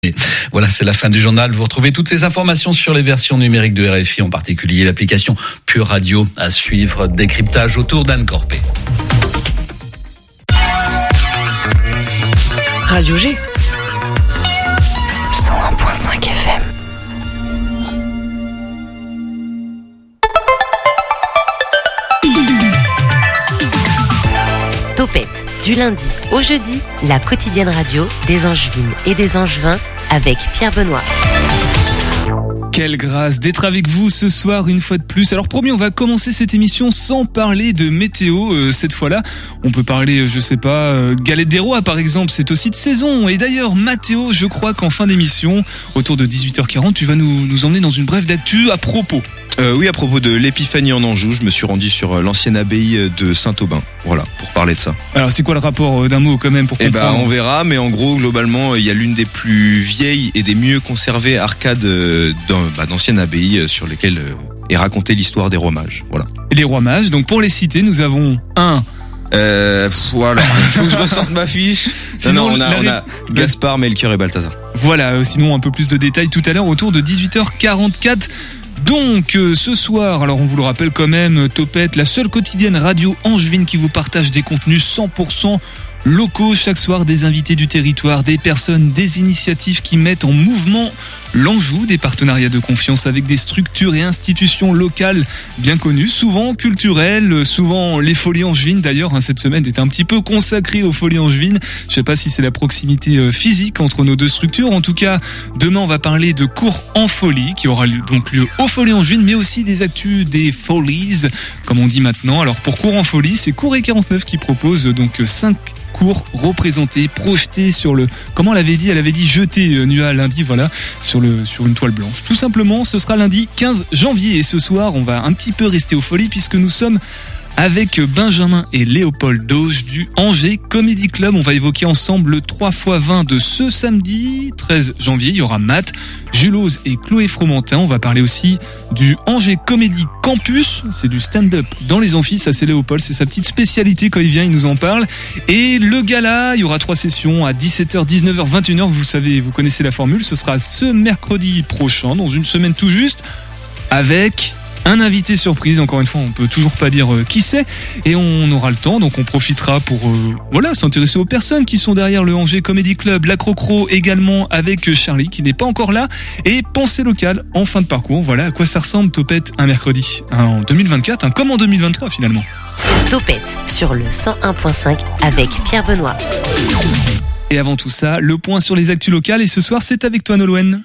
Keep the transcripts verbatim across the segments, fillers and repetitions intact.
Voilà, c'est la fin du journal. Vous retrouvez toutes ces informations sur les versions numériques de R F I, en particulier l'application Pure Radio à suivre. Décryptage autour d'Anne Corpé. Radio G cent un virgule cinq F M. Topette, du lundi au jeudi, la quotidienne radio des Angevines et des Angevins avec Pierre Benoît. Quelle grâce d'être avec vous ce soir une fois de plus. Alors promis, on va commencer cette émission sans parler de météo euh, cette fois-là. On peut parler, je sais pas, euh, galette des rois par exemple, c'est aussi de saison. Et d'ailleurs, Mathéo, je crois qu'en fin d'émission, autour de dix-huit heures quarante, tu vas nous, nous emmener dans une brève d'actu à propos. Euh, oui, à propos de l'épiphanie en Anjou, je me suis rendu sur l'ancienne abbaye de Saint-Aubin. Voilà, pour parler de ça. Alors, c'est quoi le rapport d'un mot quand même pour comprendre ? Eh ben, on verra, mais en gros, globalement, il y a l'une des plus vieilles et des mieux conservées arcades dans, bah, d'anciennes abbayes sur lesquelles est racontée l'histoire des rois mages. Voilà. Et les rois mages, donc pour les citer, nous avons un... Euh, voilà, faut que je ressorte ma fiche. Sinon, non, non, on a, on a Gaspard, Melchior et Balthazar. Voilà, euh, sinon un peu plus de détails tout à l'heure autour de dix-huit heures quarante-quatre. Donc euh, ce soir, alors on vous le rappelle quand même, Topette, la seule quotidienne radio angevine qui vous partage des contenus cent pour cent locaux chaque soir, des invités du territoire, des personnes, des initiatives qui mettent en mouvement l'Anjou, des partenariats de confiance avec des structures et institutions locales bien connues, souvent culturelles, souvent les Folies Angevines d'ailleurs, hein, cette semaine est un petit peu consacrée aux Folies Angevines. Je sais pas si c'est la proximité physique entre nos deux structures, en tout cas demain on va parler de cours en folie qui aura donc lieu aux Folies Angevines, mais aussi des actus des Folies comme on dit maintenant. Alors pour cours en folie, c'est Cours et quarante-neuf qui propose donc cinq cours représentés, projetés sur le, comment elle avait dit, elle avait dit jeter euh, Nua lundi, voilà, sur le, sur une toile blanche. Tout simplement, ce sera lundi quinze janvier et ce soir, on va un petit peu rester aux folies puisque nous sommes avec Benjamin et Léopold Doge du Angers Comedy Club. On va évoquer ensemble le trois fois vingt de ce samedi treize janvier. Il y aura Matt, Julose et Chloé Fromentin. On va parler aussi du Angers Comedy Campus. C'est du stand-up dans les amphis. Ça, c'est Léopold. C'est sa petite spécialité. Quand il vient, il nous en parle. Et le gala, il y aura trois sessions à dix-sept heures, dix-neuf heures, vingt et une heures. Vous savez, vous connaissez la formule. Ce sera ce mercredi prochain, dans une semaine tout juste, avec un invité surprise. Encore une fois, on peut toujours pas dire euh, qui c'est, et on aura le temps, donc on profitera pour euh, voilà s'intéresser aux personnes qui sont derrière le Angers Comedy Club, la Crocro également avec Charlie qui n'est pas encore là, et Pensée locale en fin de parcours. Voilà à quoi ça ressemble Topette un mercredi en deux mille vingt-quatre, hein, comme en deux mille vingt-trois finalement. Topette sur le cent un virgule cinq avec Pierre Benoît. Et avant tout ça, le point sur les actus locales, et ce soir c'est avec toi Nolwenn.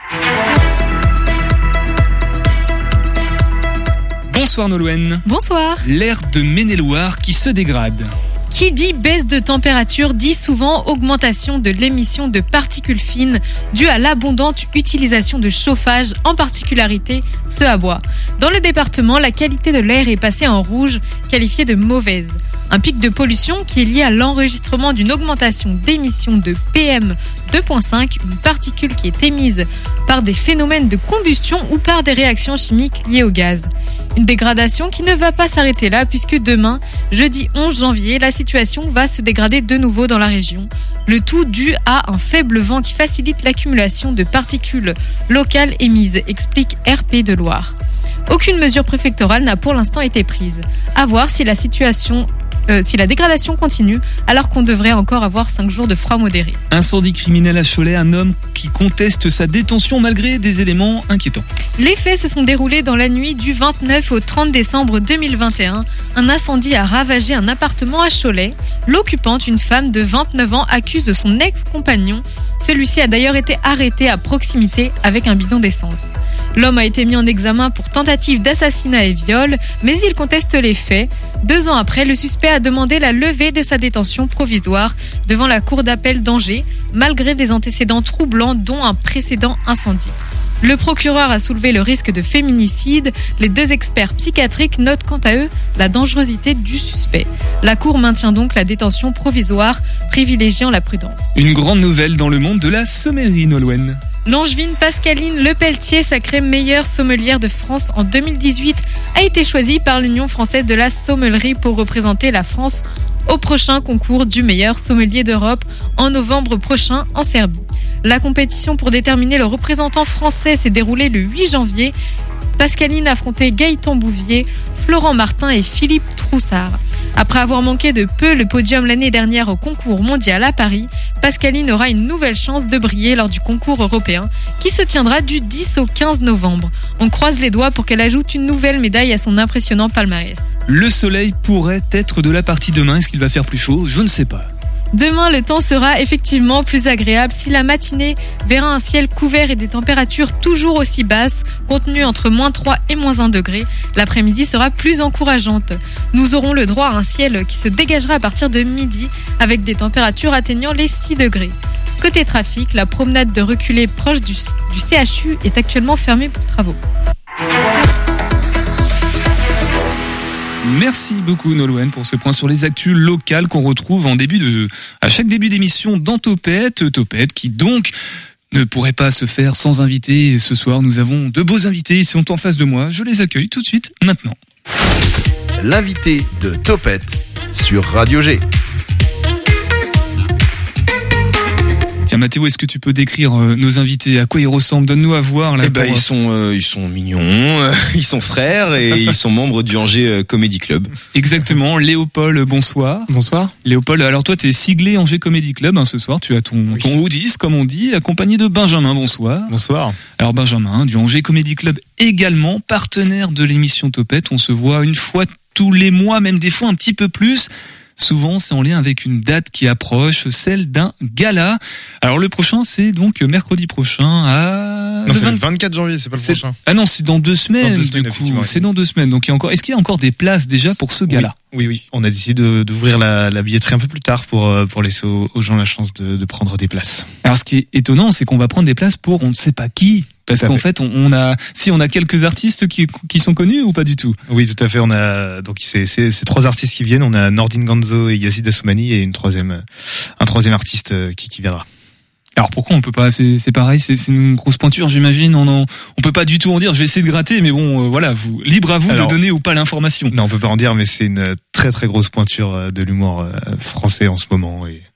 Bonsoir Nolwenn. Bonsoir. L'air de Maine-et-Loire qui se dégrade. Qui dit baisse de température dit souvent augmentation de l'émission de particules fines due à l'abondante utilisation de chauffage, en particularité ceux à bois. Dans le département, la qualité de l'air est passée en rouge, qualifiée de mauvaise. Un pic de pollution qui est lié à l'enregistrement d'une augmentation d'émissions de P M deux virgule cinq, une particule qui est émise par des phénomènes de combustion ou par des réactions chimiques liées au gaz. Une dégradation qui ne va pas s'arrêter là puisque demain, jeudi onze janvier, la situation va se dégrader de nouveau dans la région. Le tout dû à un faible vent qui facilite l'accumulation de particules locales émises, explique R P de Loire. Aucune mesure préfectorale n'a pour l'instant été prise. À voir si la situation Euh, si la dégradation continue, alors qu'on devrait encore avoir cinq jours de froid modéré. Incendie criminel à Cholet, un homme qui conteste sa détention malgré des éléments inquiétants. Les faits se sont déroulés dans la nuit du vingt-neuf au trente décembre deux mille vingt et un. Un incendie a ravagé un appartement à Cholet. L'occupante, une femme de vingt-neuf ans, accuse de son ex-compagnon. Celui-ci a d'ailleurs été arrêté à proximité avec un bidon d'essence. L'homme a été mis en examen pour tentative d'assassinat et viol, mais il conteste les faits. Deux ans après, le suspect a demandé la levée de sa détention provisoire devant la cour d'appel d'Angers, malgré des antécédents troublants dont un précédent incendie. Le procureur a soulevé le risque de féminicide. Les deux experts psychiatriques notent quant à eux la dangerosité du suspect. La cour maintient donc la détention provisoire, privilégiant la prudence. Une grande nouvelle dans le monde de la sommellerie, Nolwenn. L'Angevine Pascaline Lepelletier, sacrée meilleure sommelière de France en deux mille dix-huit, a été choisie par l'Union française de la sommellerie pour représenter la France au prochain concours du meilleur sommelier d'Europe en novembre prochain en Serbie. La compétition pour déterminer le représentant français s'est déroulée le huit janvier. Pascaline affrontait Gaëtan Bouvier, Florent Martin et Philippe Troussard. Après avoir manqué de peu le podium l'année dernière au concours mondial à Paris, Pascaline aura une nouvelle chance de briller lors du concours européen qui se tiendra du dix au quinze novembre. On croise les doigts pour qu'elle ajoute une nouvelle médaille à son impressionnant palmarès. Le soleil pourrait être de la partie demain. Est-ce qu'il va faire plus chaud ? Je ne sais pas. Demain, le temps sera effectivement plus agréable si la matinée verra un ciel couvert et des températures toujours aussi basses, contenues entre moins trois et moins un degré. L'après-midi sera plus encourageante. Nous aurons le droit à un ciel qui se dégagera à partir de midi avec des températures atteignant les six degrés. Côté trafic, la promenade de reculé proche du, du C H U est actuellement fermée pour travaux. Merci beaucoup Nolwenn pour ce point sur les actus locales qu'on retrouve en début de, à chaque début d'émission dans Topette. Topette qui donc ne pourrait pas se faire sans invité. Et ce soir, nous avons deux beaux invités. Ils sont en face de moi. Je les accueille tout de suite, maintenant. L'invité de Topette sur Radio G. Tiens Mathéo, est-ce que tu peux décrire euh, nos invités, à quoi ils ressemblent? Donne-nous à voir là. Eh ben pour... ils sont euh, ils sont mignons, euh, ils sont frères et ils sont membres du Angers euh, Comedy Club. Exactement. Léopold, bonsoir. Bonsoir. Léopold, alors toi t'es siglé Angers Comedy Club hein, ce soir, tu as ton Oui. ton haut dix comme on dit, accompagné de Benjamin. Bonsoir. Bonsoir. Alors Benjamin du Angers Comedy Club également, partenaire de l'émission Topette. On se voit une fois tous les mois, même des fois un petit peu plus. Souvent, c'est en lien avec une date qui approche, celle d'un gala. Alors le prochain, c'est donc mercredi prochain à... Non, c'est vingt- le vingt-quatre janvier, c'est pas le c'est- prochain. Ah non, c'est dans deux semaines, Dans deux semaines, du coup. effectivement, C'est dans deux semaines. Donc il y a encore. Est-ce qu'il y a encore des places déjà pour ce gala? Oui, oui. On a décidé de- d'ouvrir la, la billetterie un peu plus tard pour, euh, pour laisser aux, aux gens la chance de, de prendre des places. Alors ce qui est étonnant, c'est qu'on va prendre des places pour on ne sait pas qui. Parce Tout à qu'en fait. fait, on, on a, si on a quelques artistes qui, qui sont connus ou pas du tout. Oui, tout à fait. On a donc c'est c'est c'est trois artistes qui viennent. On a Nordine Ganzo et Yazid Assoumani et une troisième un troisième artiste euh, qui qui viendra. Alors pourquoi on peut pas? C'est, c'est pareil, c'est, c'est une grosse pointure, j'imagine. On en, on peut pas du tout en dire. Je vais essayer de gratter, mais bon, euh, voilà, vous, libre à vous Alors, de donner ou pas l'information. Non, on peut pas en dire, mais c'est une très très grosse pointure euh, de l'humour euh, français en ce moment et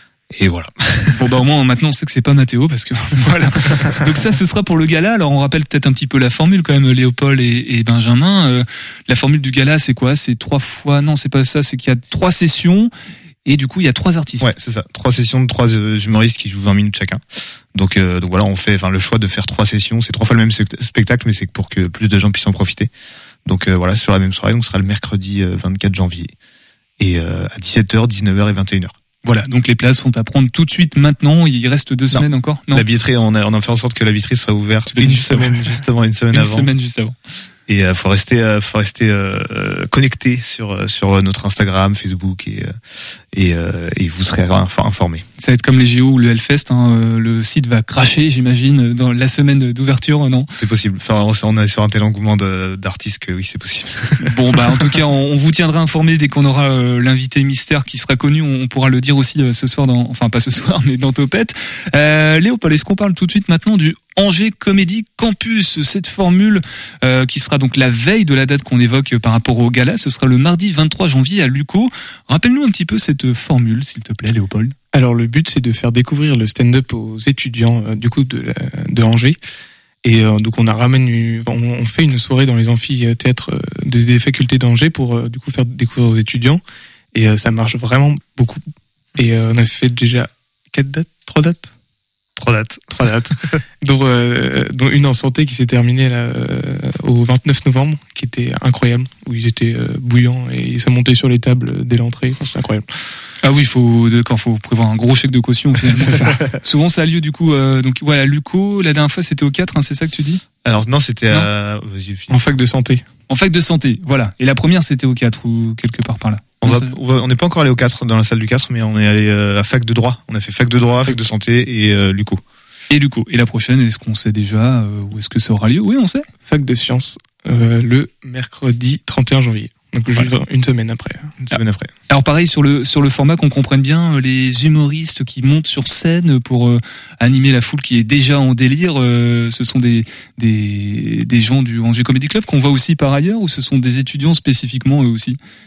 et voilà. Bon bah au moins maintenant on sait que c'est pas Mathéo parce que voilà. Donc ça ce sera pour le gala. Alors on rappelle peut-être un petit peu la formule quand même, Léopold et, et Benjamin. Euh, la formule du gala c'est quoi? C'est trois fois, non c'est pas ça, c'est qu'il y a trois sessions et du coup il y a trois artistes. Ouais, c'est ça. Trois sessions de trois euh, humoristes qui jouent vingt minutes chacun. Donc, euh, donc voilà, on fait, enfin, le choix de faire trois sessions. C'est trois fois le même spect- spectacle, mais c'est pour que plus de gens puissent en profiter. Donc euh, voilà, sur la même soirée. Donc ce sera le mercredi euh, vingt-quatre janvier et euh, à dix-sept heures, dix-neuf heures et vingt et une heures. Voilà, donc les places sont à prendre tout de suite maintenant. Il reste deux semaines encore. Non, La billetterie, on a, on a fait en sorte que la billetterie soit ouverte l'as une dit juste semaine, justement, une semaine une avant. semaine juste avant. Et euh, faut rester, euh, faut rester euh, connecté sur sur notre Instagram, Facebook et euh, et, euh, et vous serez inf- informés. Ça va être comme les J O ou le Hellfest. Hein, euh, le site va cracher, j'imagine, dans la semaine d'ouverture, non? C'est possible. Enfin, on on est sur un tel engouement de- d'artistes que oui, c'est possible. Bon bah en tout cas on, on vous tiendra informé dès qu'on aura euh, l'invité mystère qui sera connu. On, on pourra le dire aussi euh, ce soir dans, enfin pas ce soir mais dans Topette. Euh, Léopold, est-ce qu'on parle tout de suite maintenant du Angers Comedy Campus, cette formule euh, qui sera donc la veille de la date qu'on évoque par rapport au gala. Ce sera le mardi vingt-trois janvier à Luco. Rappelle-nous un petit peu cette formule, s'il te plaît, Léopold. Alors le but c'est de faire découvrir le stand-up aux étudiants euh, du coup de, la- de Angers et euh, donc on a ramène une- on, on fait une soirée dans les amphithéâtres euh, des, des facultés d'Angers pour euh, du coup faire découvrir aux étudiants et euh, ça marche vraiment beaucoup et euh, on a fait déjà quatre dates, trois dates, Trois dates. trois dates, dont, euh, dont une en santé qui s'est terminée là euh, au vingt-neuf novembre qui était incroyable où ils étaient euh, bouillants et ça montait sur les tables dès l'entrée, enfin, c'était incroyable. Ah oui, faut quand faut prévoir un gros chèque de caution finalement. Ça. Souvent ça a lieu du coup euh, donc voilà Luco. La dernière fois c'était au quatre, hein, c'est ça que tu dis? Alors non, c'était Non. à... Vas-y, finis. En fac de santé. En fac de santé, voilà. Et la première c'était au quatre ou quelque part par là. On Non, va, ça- on va- on n'est pas encore allé au quatre dans la salle du quatre, mais on est allé euh, à fac de droit. On a fait fac de droit, fac de santé et euh, Luco. Et Luco. Et la prochaine, est-ce qu'on sait déjà euh, où est-ce que ça aura lieu? Oui, on sait. Fac de sciences euh, le mercredi trente et un janvier. Donc juste une semaine après. Une semaine après. Alors pareil sur le sur le format, qu'on comprenne bien, euh, les humoristes qui montent sur scène pour euh, animer la foule qui est déjà en délire, euh, ce sont des des des gens du Angers Comedy Club qu'on voit aussi par ailleurs, ou ce sont des étudiants spécifiquement eux aussi?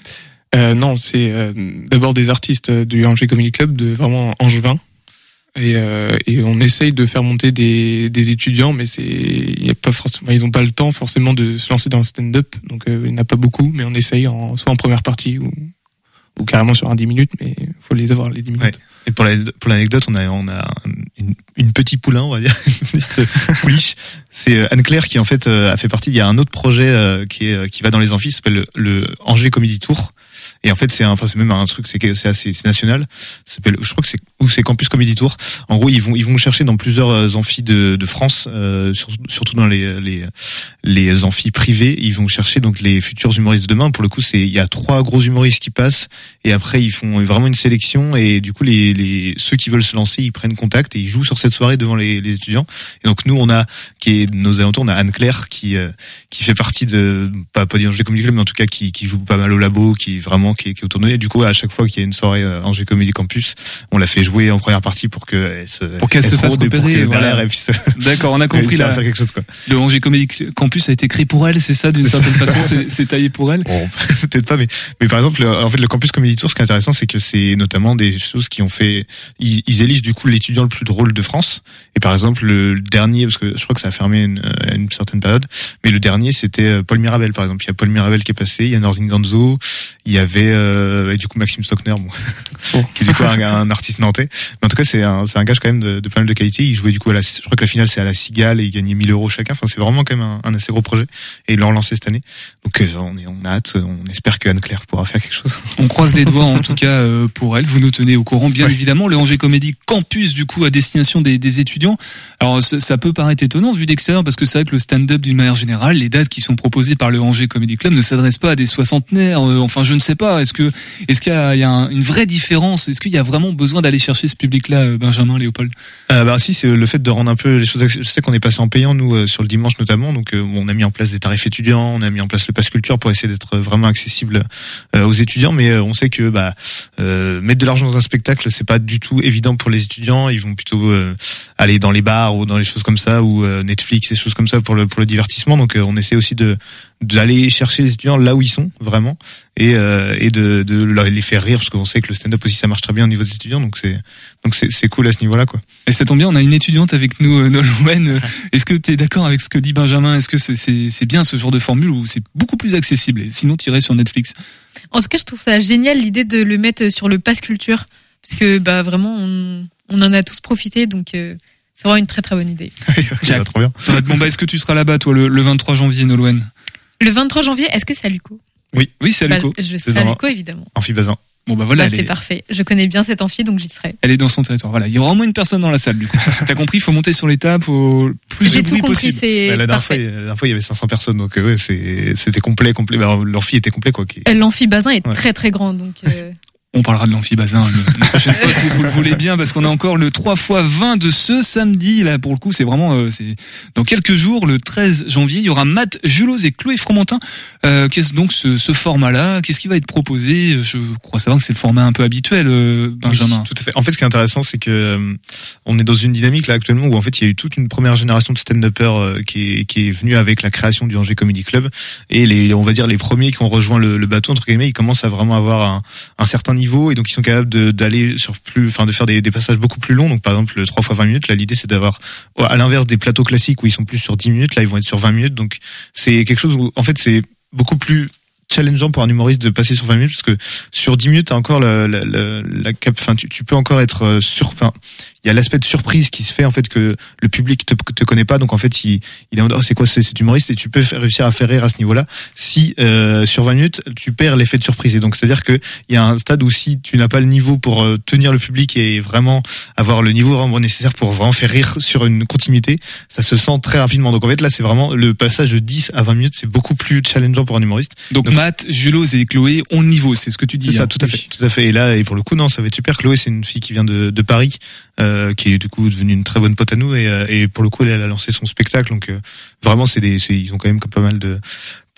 Euh, non, c'est euh, d'abord des artistes du Angers Comedy Club, de vraiment angevin. Et, euh, et on essaye de faire monter des, des étudiants, mais c'est, y a pas forcément, ils ont pas le temps forcément de se lancer dans le stand-up, donc euh, il n'y en a pas beaucoup, mais on essaye en, soit en première partie ou, ou carrément sur un dix minutes, mais faut les avoir les dix minutes. Ouais. Et pour, la, pour l'anecdote, on a, on a une, une petite poulain, on va dire, une petite pouliche. C'est Anne-Claire qui en fait a fait partie. Il y a un autre projet qui est qui va dans les amphis, ça s'appelle le, le Angers Comedy Tour. Et en fait, c'est un, enfin, c'est même un truc, c'est, c'est assez, c'est national. Ça s'appelle, je crois que c'est, ou c'est Campus Comedy Tour. En gros, ils vont, ils vont chercher dans plusieurs amphis de, de France, euh, sur, surtout dans les, les, les amphis privés. Ils vont chercher donc les futurs humoristes de demain. Pour le coup, c'est, il y a trois gros humoristes qui passent. Et après, ils font vraiment une sélection. Et du coup, les, les, ceux qui veulent se lancer, ils prennent contact et ils jouent sur cette soirée devant les, les étudiants. Et donc, nous, on a, qui est nos alentours, on a Anne-Claire qui, euh, qui fait partie de, pas, pas du Angers Comedy Club, mais en tout cas, qui, qui joue pas mal au labo, qui vraiment, qui, qui est autour de nous. Et du coup, à chaque fois qu'il y a une soirée euh, Angers Comedy Campus, on l'a fait jouer en première partie pour que elle se, pour qu'elle se fasse repérer, voilà. Elle puisse, d'accord, on a compris là. Faire quelque chose, quoi. Le Angers Comedy Campus a été créé pour elle, c'est ça, d'une c'est certaine ça. façon, c'est, c'est taillé pour elle. Bon, peut-être pas, mais, mais par exemple, en fait, le Campus Comedy Tour, ce qui est intéressant, c'est que c'est notamment des choses qui ont fait, ils, ils élisent du coup l'étudiant le plus drôle de France. Et par exemple, le dernier, parce que je crois que ça a fermé une, à une certaine période, mais le dernier, c'était Paul Mirabel, par exemple. Il y a Paul Mirabel qui est passé, il y a Nordine Ganzo, il y avait, euh, et du coup, Maxime Stockner, bon, oh. qui est du coup un, un artiste nantais. Mais en tout cas, c'est un, c'est un gage quand même de, de pas mal de qualité. Il jouait du coup à la, je crois que la finale c'est à la Cigale et il gagnait mille euros chacun. Enfin, c'est vraiment quand même un, un assez gros projet. Et ils l'ont lancé cette année. Donc, euh, on est, on a hâte, on espère que Anne-Claire pourra faire quelque chose. On croise les doigts, en tout cas, euh, pour elle. Vous nous tenez au courant, bien ouais. évidemment. Le Angers Comedy Campus, du coup, à destination des, des étudiants. Alors, ça peut paraître étonnant vu d'extérieur parce que c'est vrai que le stand-up, d'une manière générale, les dates qui sont proposées par le Angers Comedy Club ne s'adressent pas à des soixantenaires. Euh, enfin, je ne sais pas. Est-ce que, est-ce qu'il y a, il y a un, une vraie différence? Est-ce qu'il y a vraiment besoin d'aller chercher ce public-là, Benjamin, Léopold? Euh, bah si, c'est le fait de rendre un peu les choses. Je sais qu'on est passé en payant nous euh, sur le dimanche notamment, donc euh, on a mis en place des tarifs étudiants, on a mis en place le pass culture pour essayer d'être vraiment accessible euh, aux étudiants, mais euh, on sait que bah euh, mettre de l'argent dans un spectacle, c'est pas du tout évident pour les étudiants. Ils vont plutôt euh, aller dans les bars ou dans les choses comme ça, ou euh, Netflix, des choses comme ça pour le pour le divertissement. Donc euh, on essaie aussi de d'aller chercher les étudiants là où ils sont vraiment et euh, et de de les faire rire parce qu'on sait que le stand-up aussi ça marche très bien au niveau des étudiants, donc c'est donc c'est c'est cool à ce niveau-là, quoi. Et ça tombe bien, on a une étudiante avec nous, Nolwenn. Est-ce que tu es d'accord avec ce que dit Benjamin? Est-ce que c'est c'est c'est bien ce genre de formule où c'est beaucoup plus accessible et sinon tirer sur Netflix? En tout cas, je trouve ça génial l'idée de le mettre sur le pass culture parce que bah vraiment on on en a tous profité, donc euh, c'est vraiment une très très bonne idée. Ça va trop bien. Bon bah est-ce que tu seras là-bas toi le, le vingt-trois janvier, Nolwenn? Le vingt-trois janvier, est-ce que c'est à Luco? Oui, oui, c'est à Luco. Bah, je serai à Luco, évidemment. Amphibazin. Bon bah voilà, bah, c'est est... parfait. Je connais bien cette amphi, donc j'y serai. Elle est dans son territoire. Voilà, il y aura au moins une personne dans la salle du coup. T'as compris, il faut monter sur les tables, faut plus J'ai de bruit tout compris, possible. C'est bah, la dernière fois, parfait. la dernière fois, il y avait cinq cents personnes, donc euh, ouais, c'est c'était complet, complet. Bah, l'amphi était complet, quoi. Qui... L'amphibazin est ouais. très très grand, donc. Euh... On parlera de l'amphibazin la prochaine fois si vous le voulez bien, parce qu'on a encore le trois fois vingt de ce samedi. Là, pour le coup, c'est vraiment, euh, c'est dans quelques jours, le treize janvier, il y aura Matt Julos et Chloé Fromentin. Euh, qu'est-ce donc ce, ce format-là? Qu'est-ce qui va être proposé? Je crois savoir que c'est le format un peu habituel, euh, Benjamin. Oui, tout à fait. En fait, ce qui est intéressant, c'est que euh, on est dans une dynamique là actuellement où en fait, il y a eu toute une première génération de stand-uppers euh, qui est qui est venue avec la création du Angers Comedy Club, et les, on va dire les premiers qui ont rejoint le, le bateau entre guillemets, ils commencent à vraiment avoir un, un certain niveau, et donc ils sont capables de d'aller sur plus, enfin de faire des, des passages beaucoup plus longs. Donc par exemple le trois fois vingt minutes, là l'idée c'est d'avoir, à l'inverse des plateaux classiques où ils sont plus sur dix minutes, là ils vont être sur vingt minutes. Donc c'est quelque chose où en fait c'est beaucoup plus challengeant pour un humoriste de passer sur vingt minutes, parce que sur dix minutes t'as encore la la la, la cap, enfin tu, tu peux encore être sur, enfin il y a l'aspect de surprise qui se fait en fait, que le public te te connaît pas, donc en fait il il est en oh c'est quoi c'est cet humoriste, et tu peux faire, réussir à faire rire à ce niveau-là. Si euh, sur vingt minutes tu perds l'effet de surprise, et donc c'est à dire que il y a un stade où si tu n'as pas le niveau pour euh, tenir le public et vraiment avoir le niveau vraiment nécessaire pour vraiment faire rire sur une continuité, ça se sent très rapidement. Donc en fait là c'est vraiment le passage de dix à vingt minutes, c'est beaucoup plus challengeant pour un humoriste. Donc, donc Matt, Julos et Chloé ont le niveau, c'est ce que tu dis. C'est ça, hein. tout à fait, tout à fait. Et là, et pour le coup, non, ça va être super. Chloé, c'est une fille qui vient de, de Paris, euh, qui est du coup devenue une très bonne pote à nous, et, et pour le coup, elle a lancé son spectacle. Donc euh, vraiment, c'est des, c'est, ils ont quand même pas mal de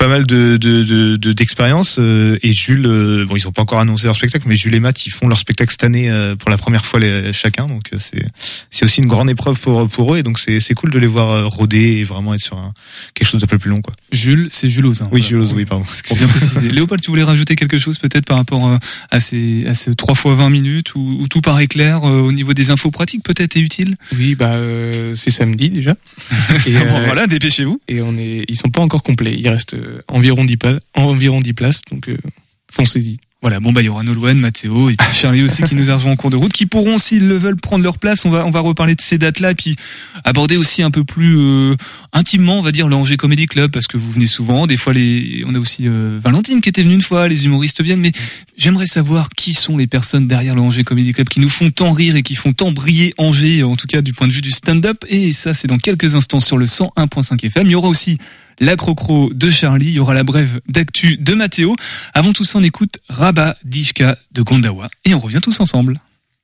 pas mal de, de, de, de d'expérience euh, et Jules, euh, bon ils ont pas encore annoncé leur spectacle, mais Jules et Matt ils font leur spectacle cette année euh, pour la première fois les, chacun, donc euh, c'est c'est aussi une grande épreuve pour pour eux et donc c'est c'est cool de les voir euh, rôder et vraiment être sur un, quelque chose d'un peu plus long quoi. Jules, c'est Jules Ozin. Oui, Jules Ozin, oui pardon. Pour bien préciser. Léopold, tu voulais rajouter quelque chose peut-être par rapport euh, à ces à ces trois fois vingt minutes ou, ou tout paraît clair euh, au niveau des infos pratiques peut-être et utiles. Oui, bah euh, c'est samedi déjà. et euh, voilà, dépêchez-vous. Et on est, ils sont pas encore complets. Il reste euh, environ dix places, environ dix places, donc euh, foncez-y. Voilà, bon bah il y aura Nolwenn, Mathéo et puis Charlie aussi qui nous a rejoint en cours de route, qui pourront s'ils le veulent prendre leur place. On va on va reparler de ces dates-là et puis aborder aussi un peu plus euh, intimement, on va dire, le Angers Comedy Club parce que vous venez souvent. Des fois les on a aussi euh, Valentine qui était venue une fois, les humoristes viennent, mais j'aimerais savoir qui sont les personnes derrière le Angers Comedy Club qui nous font tant rire et qui font tant briller Angers, en tout cas du point de vue du stand-up. Et ça c'est dans quelques instants sur le cent un virgule cinq F M. Il y aura aussi la crocro de Charlie, il y aura la brève d'actu de Mathéo. Avant tout ça, on écoute Rabba Dishka de Gondawa et on revient tous ensemble.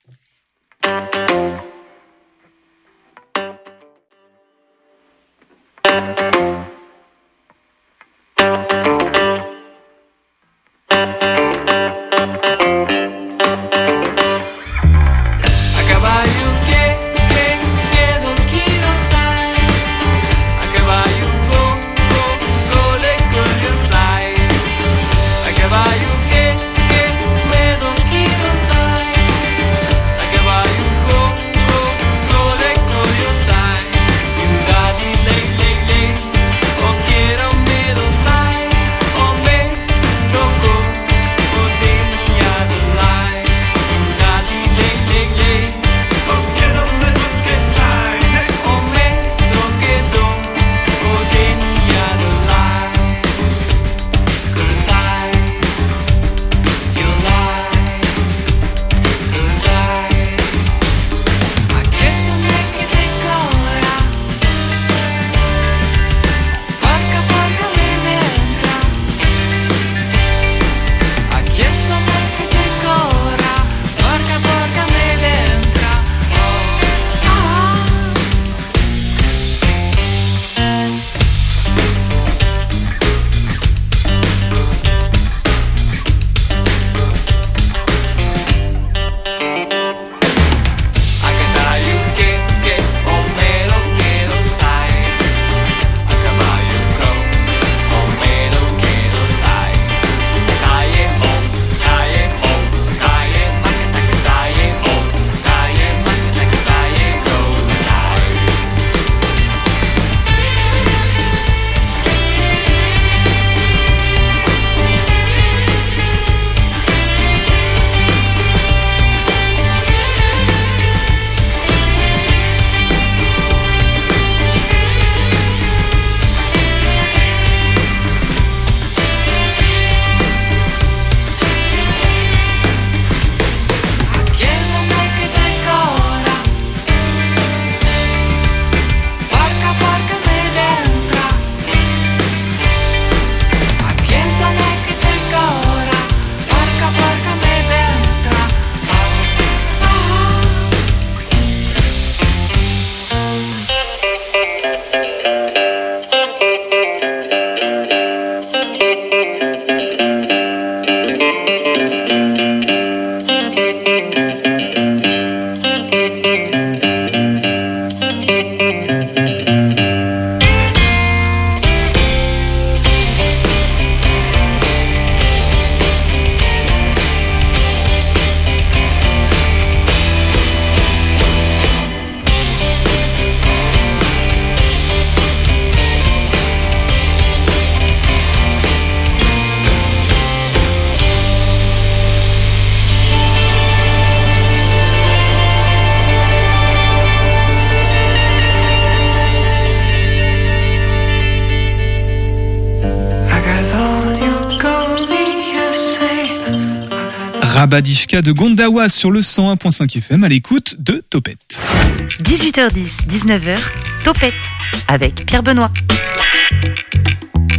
Rabadishka de Gondawa sur le cent un virgule cinq F M à l'écoute de Topette. dix-huit heures dix, dix-neuf heures, Topette avec Pierre Benoît.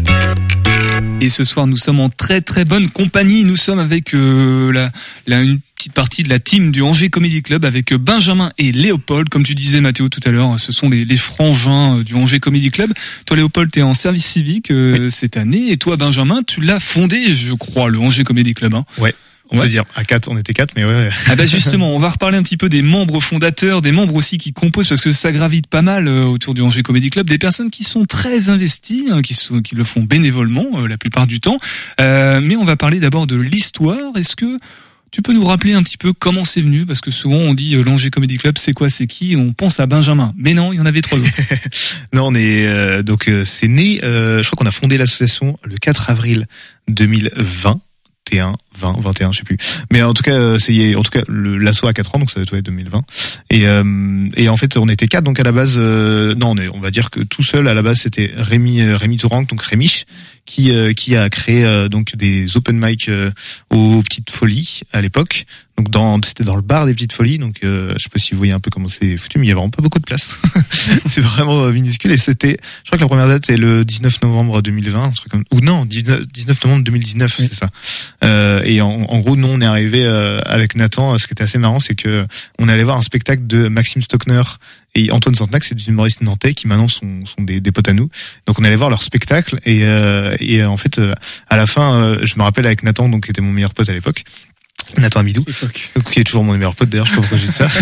Et ce soir, nous sommes en très très bonne compagnie. Nous sommes avec euh, la, la, une petite partie de la team du Angers Comedy Club avec Benjamin et Léopold. Comme tu disais Mathéo tout à l'heure, ce sont les, les frangins du Angers Comedy Club. Toi Léopold, t'es en service civique euh, oui. cette année, et toi Benjamin, tu l'as fondé, je crois, le Angers Comedy Club. Hein. Ouais. On ouais. peut dire à quatre, on était quatre, mais ouais. Ah bah justement, on va reparler un petit peu des membres fondateurs, des membres aussi qui composent, parce que ça gravite pas mal euh, autour du Angers Comedy Club, des personnes qui sont très investies, hein, qui sont, qui le font bénévolement euh, la plupart du temps. Euh, mais on va parler d'abord de l'histoire. Est-ce que tu peux nous rappeler un petit peu comment c'est venu? Parce que souvent on dit euh, l'Angers Comedy Club, c'est quoi, c'est qui? On pense à Benjamin, mais non, il y en avait trois autres. Non, on est euh, donc euh, c'est né. Euh, je crois qu'on a fondé l'association le quatre avril deux mille vingt. vingt, vingt et un, je sais plus. Mais en tout cas, c'est, en tout cas, le, l'asso a quatre ans, donc ça doit être deux mille vingt. Et, euh, et en fait, on était quatre, donc à la base, euh, non, on, est, on va dire que tout seul, à la base, c'était Rémi, Rémi Touranc, donc Rémiche, qui, euh, qui a créé, euh, donc des open mic, euh, aux Petites Folies, à l'époque. Donc dans, c'était dans le bar des Petites Folies, donc, euh, je sais pas si vous voyez un peu comment c'est foutu, mais il y a vraiment pas beaucoup de place. C'est vraiment minuscule, et c'était, je crois que la première date est le dix-neuf novembre deux mille vingt, un truc comme, ou non, dix-neuf novembre deux mille dix-neuf, c'est ça. Euh, et en, en gros, nous, on est arrivé euh, avec Nathan. Ce qui était assez marrant, c'est que on allait voir un spectacle de Maxime Stockner et Antoine Santenac, c'est des humoristes nantais qui maintenant sont, sont des, des potes à nous. Donc on allait voir leur spectacle, et, euh, et en fait, euh, à la fin, euh, je me rappelle avec Nathan, donc qui était mon meilleur pote à l'époque. Nathan Amidou, qui est toujours mon meilleur pote d'ailleurs, je sais pas pourquoi j'ai dit ça.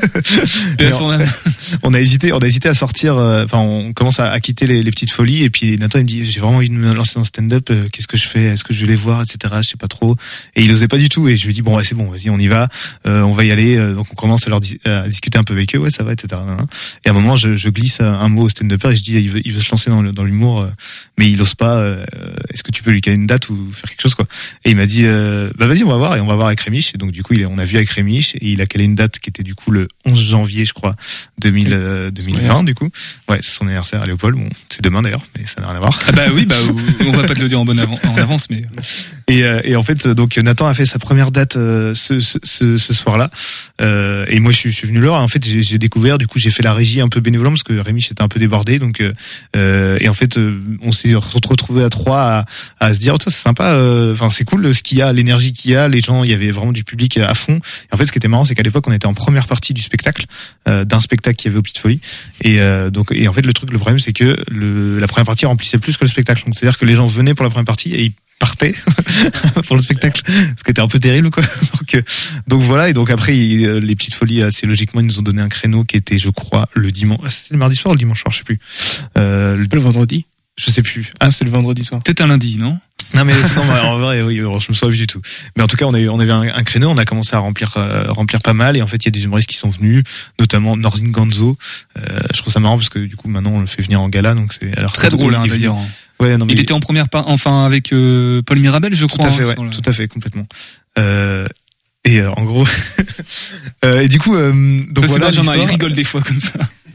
on, on a hésité, on a hésité à sortir, enfin euh, on commence à, à quitter les, les Petites Folies, et puis Nathan il me dit j'ai vraiment envie de me lancer dans le stand-up, euh, qu'est-ce que je fais, est-ce que je vais les voir, et cetera. Je sais pas trop. Et il osait pas du tout, et je lui dis bon ouais c'est bon, vas-y on y va, euh, on va y aller. Donc on commence à leur dis- à discuter un peu avec eux, ouais ça va, et cetera. Et à un moment je, je glisse un mot au stand-upper et je dis il veut, il veut se lancer dans, le, dans l'humour, euh, mais il ose pas. Euh, est-ce que tu peux lui caler une date ou faire quelque chose quoi? Et il m'a dit euh, bah vas-y on va voir, et on va voir avec Rémiche. Et donc du coup il, on a vu avec Rémiche, et il a calé une date qui était du coup le onze janvier je crois deux mille, euh, deux mille vingt du coup. Ouais c'est son anniversaire à Léopold, bon c'est demain d'ailleurs mais ça n'a rien à voir. Ah bah oui bah on va pas te le dire en bonne avant, en avance mais. Et, euh, et en fait donc Nathan a fait sa première date euh, ce, ce, ce, ce soir-là, euh, et moi je suis, je suis venu là. En fait j'ai, j'ai découvert, du coup j'ai fait la régie un peu bénévolement parce que Rémiche était un peu débordé, donc euh, et en fait euh, on s'est retrouvés à trois à, à se dire oh, ça c'est sympa, enfin euh, c'est cool ce qu'il y a, l'énergie qu'il y a, les gens, il y avait vraiment du public à fond. Et en fait ce qui était marrant c'est qu'à l'époque on était en première partie du spectacle, euh, d'un spectacle qu'il y avait aux Petites Folies, et euh, donc et en fait le truc, le problème c'est que le, la première partie remplissait plus que le spectacle, donc c'est à dire que les gens venaient pour la première partie et ils partaient pour le spectacle, ce qui était un peu terrible quoi. Donc, euh, donc voilà, et donc après il, euh, les Petites Folies assez logiquement ils nous ont donné un créneau qui était je crois le dimanche, c'était le mardi soir ou le dimanche soir, je sais plus. Euh, le, le vendredi. Je sais plus. Ah c'est le vendredi soir. Peut-être un lundi non? Non mais non, en vrai oui, je me souviens plus du tout. Mais en tout cas on a eu on avait un, un créneau, on a commencé à remplir euh, remplir pas mal, et en fait il y a des humoristes qui sont venus, notamment Nordin Ganzo. Euh, je trouve ça marrant parce que du coup maintenant on le fait venir en gala, donc c'est alors très drôle hein, d'ailleurs. Ouais, non, mais il était en première part, enfin avec euh, Paul Mirabel je crois. Tout à fait, hein, ouais, le... tout à fait, complètement. Euh, et euh, en gros euh, et du coup euh, donc ça, voilà c'est l'histoire. Il rigole des fois comme ça.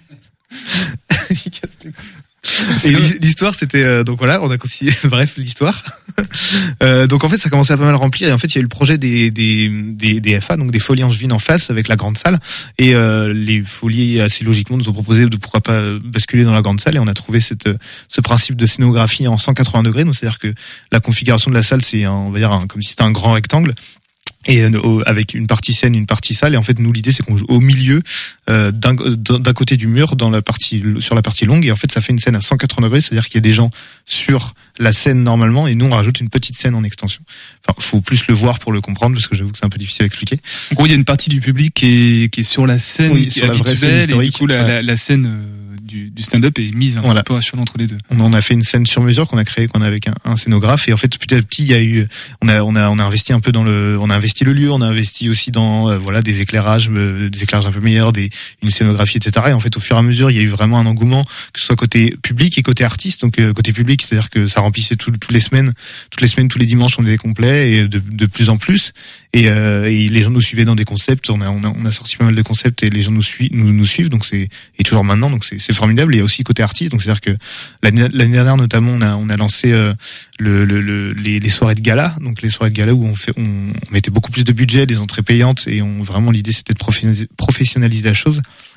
Il casse les couilles. Et l'histoire c'était euh, donc voilà on a continué bref l'histoire euh, donc en fait ça commençait à pas mal remplir, et en fait il y a eu le projet des des des, des F A, donc des Folies Angevines en face avec la grande salle, et euh, les Folies assez logiquement nous ont proposé de pourquoi pas basculer dans la grande salle, et on a trouvé cette ce principe de scénographie en cent quatre-vingts degrés, donc c'est à dire que la configuration de la salle c'est un, on va dire un, comme si c'était un grand rectangle, et euh, avec une partie scène, une partie salle, et en fait nous l'idée c'est qu'on joue au milieu euh, d'un, d'un côté du mur dans la partie sur la partie longue, et en fait ça fait une scène à cent quatre-vingts degrés, c'est-à-dire qu'il y a des gens sur la scène normalement, et nous on rajoute une petite scène en extension. Enfin faut plus le voir pour le comprendre parce que j'avoue que c'est un peu difficile à expliquer. En gros il y a une partie du public qui est qui est sur la scène, oui, qui sur est la vraie scène historique, et du coup la, ouais. la, la scène euh, du, du stand-up est mise un voilà. petit peu à cheval entre les deux. On en a fait une scène sur mesure qu'on a créée, qu'on a avec un, un scénographe, et en fait petit à petit il y a eu, on a on a on a investi un peu dans le, on a investi le lieu, on a investi aussi dans euh, voilà des éclairages, euh, des éclairages un peu meilleurs, des une scénographie et cetera. Et en fait au fur et à mesure il y a eu vraiment un engouement, que ce soit côté public et côté artiste. Donc euh, côté public c'est-à-dire que ça remplissait tout, toutes les semaines, toutes les semaines tous les dimanches on était complet, et de, de plus en plus. Et, euh, et les gens nous suivaient dans des concepts. On a, on a, on a sorti pas mal de concepts et les gens nous suivent, nous, nous suivent. Donc c'est, et toujours maintenant. Donc c'est, c'est formidable. Et il y a aussi côté artiste. Donc c'est-à-dire que l'année, l'année dernière notamment, on a, on a lancé euh, le, le, le, les, les soirées de gala. Donc les soirées de gala où on fait, on, on mettait beaucoup plus de budget, des entrées payantes, et on vraiment l'idée c'était de professionnaliser la chose.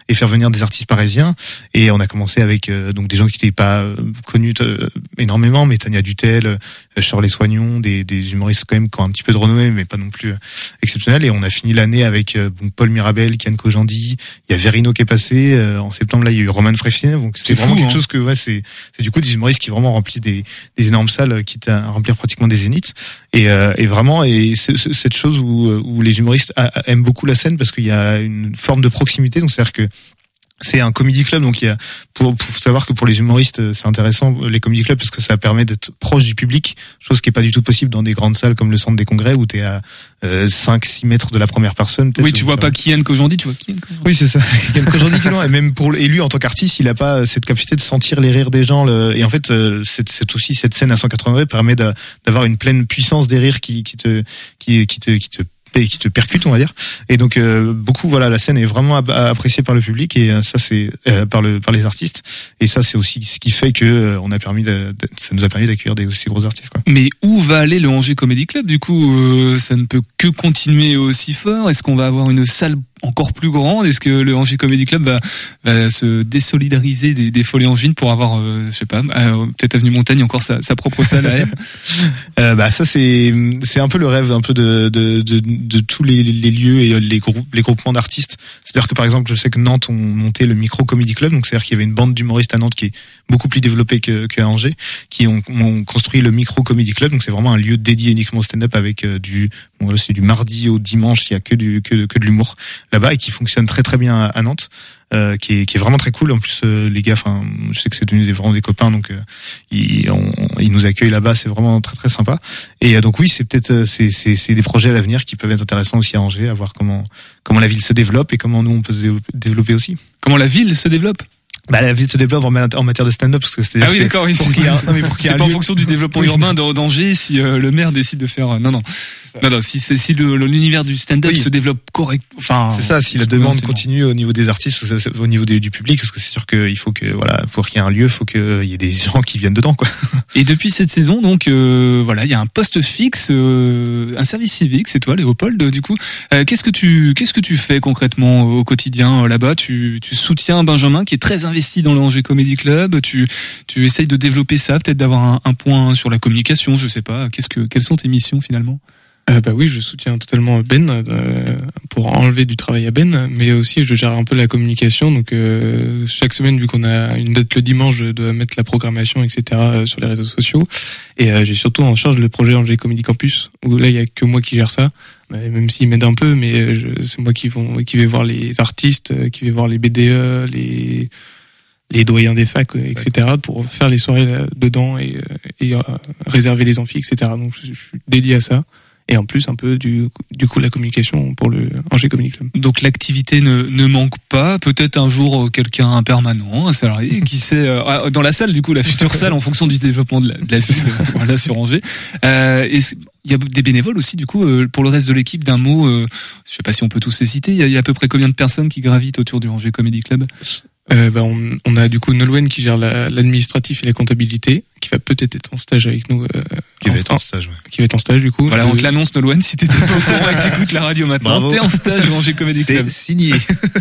et faire venir des artistes parisiens. Et on a commencé avec euh, donc des gens qui n'étaient pas euh, connus euh, énormément, mais Tania Dutel, euh, Shirley Soignon, des, des humoristes quand même qui ont un petit peu de renommée, mais pas non plus euh, exceptionnels. Et on a fini l'année avec euh, bon, Paul Mirabel, Kian Kojandi, il y a Verino qui est passé. Euh, en septembre là, il y a eu Roman Fressinet. Donc c'est, c'est vraiment fou, quelque hein. chose que ouais, c'est c'est du coup des humoristes qui vraiment remplissent des des énormes salles, quitte à remplir pratiquement des zéniths. Et, euh, et vraiment, et c'est, c'est cette chose où où les humoristes a, a, aiment beaucoup la scène parce qu'il y a une forme de proximité. Donc c'est-à-dire que c'est un comedy club, donc il y a pour, pour savoir que pour les humoristes c'est intéressant les comedy clubs parce que ça permet d'être proche du public, chose qui est pas du tout possible dans des grandes salles comme le centre des congrès où t'es à euh, cinq six mètres de la première personne. Oui, tu vois pas Kian Kojandi, tu vois Kian Kojandi. Oui, c'est ça. Kian Kojandi qui est loin. Et même pour et lui en tant qu'artiste, il a pas cette capacité de sentir les rires des gens. Le, et en fait, c'est, c'est aussi cette scène à cent quatre-vingts degrés permet de, d'avoir une pleine puissance des rires qui, qui te qui, qui te qui te et qui te percute, on va dire. Et donc euh, beaucoup, voilà, la scène est vraiment appréciée par le public et euh, ça c'est euh, par le par les artistes. Et ça c'est aussi ce qui fait que euh, on a permis, de, de, ça nous a permis d'accueillir des aussi gros artistes, quoi. Mais où va aller le Angers Comedy Club du coup euh, ça ne peut que continuer aussi fort. Est-ce qu'on va avoir une salle encore plus grande? Est-ce que le Angers Comedy Club va, va se désolidariser des, des Folies Angevines pour avoir, euh, je sais pas, euh, peut-être Avenue Montaigne encore sa, sa propre salle à elle? euh, Bah ça c'est c'est un peu le rêve un peu de de de, de tous les, les lieux et les groupes les groupements d'artistes. C'est-à-dire que par exemple je sais que Nantes ont monté le Micro Comedy Club, donc c'est-à-dire qu'il y avait une bande d'humoristes à Nantes qui est beaucoup plus développée que qu'à Angers, qui ont, ont construit le Micro Comedy Club, donc c'est vraiment un lieu dédié uniquement au stand-up avec euh, du bon, là, c'est du mardi au dimanche, il y a que du que, que de l'humour là-bas et qui fonctionne très très bien à Nantes, euh, qui est qui est vraiment très cool. En plus euh, les gars, enfin je sais que c'est devenu des vraiment des copains, donc euh, ils on, ils nous accueillent là-bas, c'est vraiment très très sympa. Et euh, donc oui, c'est peut-être c'est c'est c'est des projets à l'avenir qui peuvent être intéressants aussi à Angers, à voir comment comment la ville se développe et comment nous on peut se développer aussi. Comment la ville se développe? Bah la ville se développe en matière de stand-up parce que c'est ah oui d'accord oui, pour c'est, qu'il y a, non, mais pour qu'il y a c'est pas lieu... en fonction du développement oui. urbain d'Angers si euh, le maire décide de faire non non non non si c'est si le, l'univers du stand-up oui. se développe correct enfin c'est ça si la demande continue au niveau des artistes au niveau des, du public parce que c'est sûr qu'il faut que voilà pour qu'il y ait un lieu faut qu'il y ait des gens qui viennent dedans quoi. Et depuis cette saison donc euh, voilà il y a un poste fixe euh, un service civique c'est toi Léopold du coup euh, qu'est-ce que tu qu'est-ce que tu fais concrètement au quotidien euh, là-bas tu tu soutiens Benjamin qui est très investi dans le Angers Comedy Club tu tu essayes de développer ça peut-être d'avoir un, un point sur la communication je sais pas qu'est-ce que quelles sont tes missions finalement? Euh, bah oui, je soutiens totalement Ben euh, pour enlever du travail à Ben, mais aussi je gère un peu la communication. Donc euh, chaque semaine, vu qu'on a une date le dimanche, je dois mettre la programmation, et cetera euh, sur les réseaux sociaux. Et euh, j'ai surtout en charge le projet Angers Comedy Campus, où là il y a que moi qui gère ça. Même s'il m'aide un peu, mais je, c'est moi qui vont qui vais voir les artistes, qui vais voir les B D E, les les doyens des facs, et cetera, pour faire les soirées là, dedans et, et euh, réserver les amphis, et cetera. Donc je, je suis dédié à ça. Et en plus un peu du du coup la communication pour le Angers Comedy Club. Donc l'activité ne ne manque pas. Peut-être un jour quelqu'un un permanent, un salarié qui sait euh, dans la salle du coup la future salle en fonction du développement de la, de la ville voilà sur Angers. Euh, et il y a des bénévoles aussi du coup euh, pour le reste de l'équipe. D'un mot, euh, je sais pas si on peut tous les citer. Il y a, il y a à peu près combien de personnes qui gravitent autour du Angers Comedy Club? Euh, bah on, on a du coup Nolwenn qui gère la, l'administratif et la comptabilité, qui va peut-être être en stage avec nous. Euh, qui va être en stage, ouais. Qui va être en stage du coup. Voilà, on te l'annonce Nolwenn, si t'étais pas au courant et que t'écoutes la radio maintenant. Bravo. T'es en stage au Angers Comedy Club. C'est signé.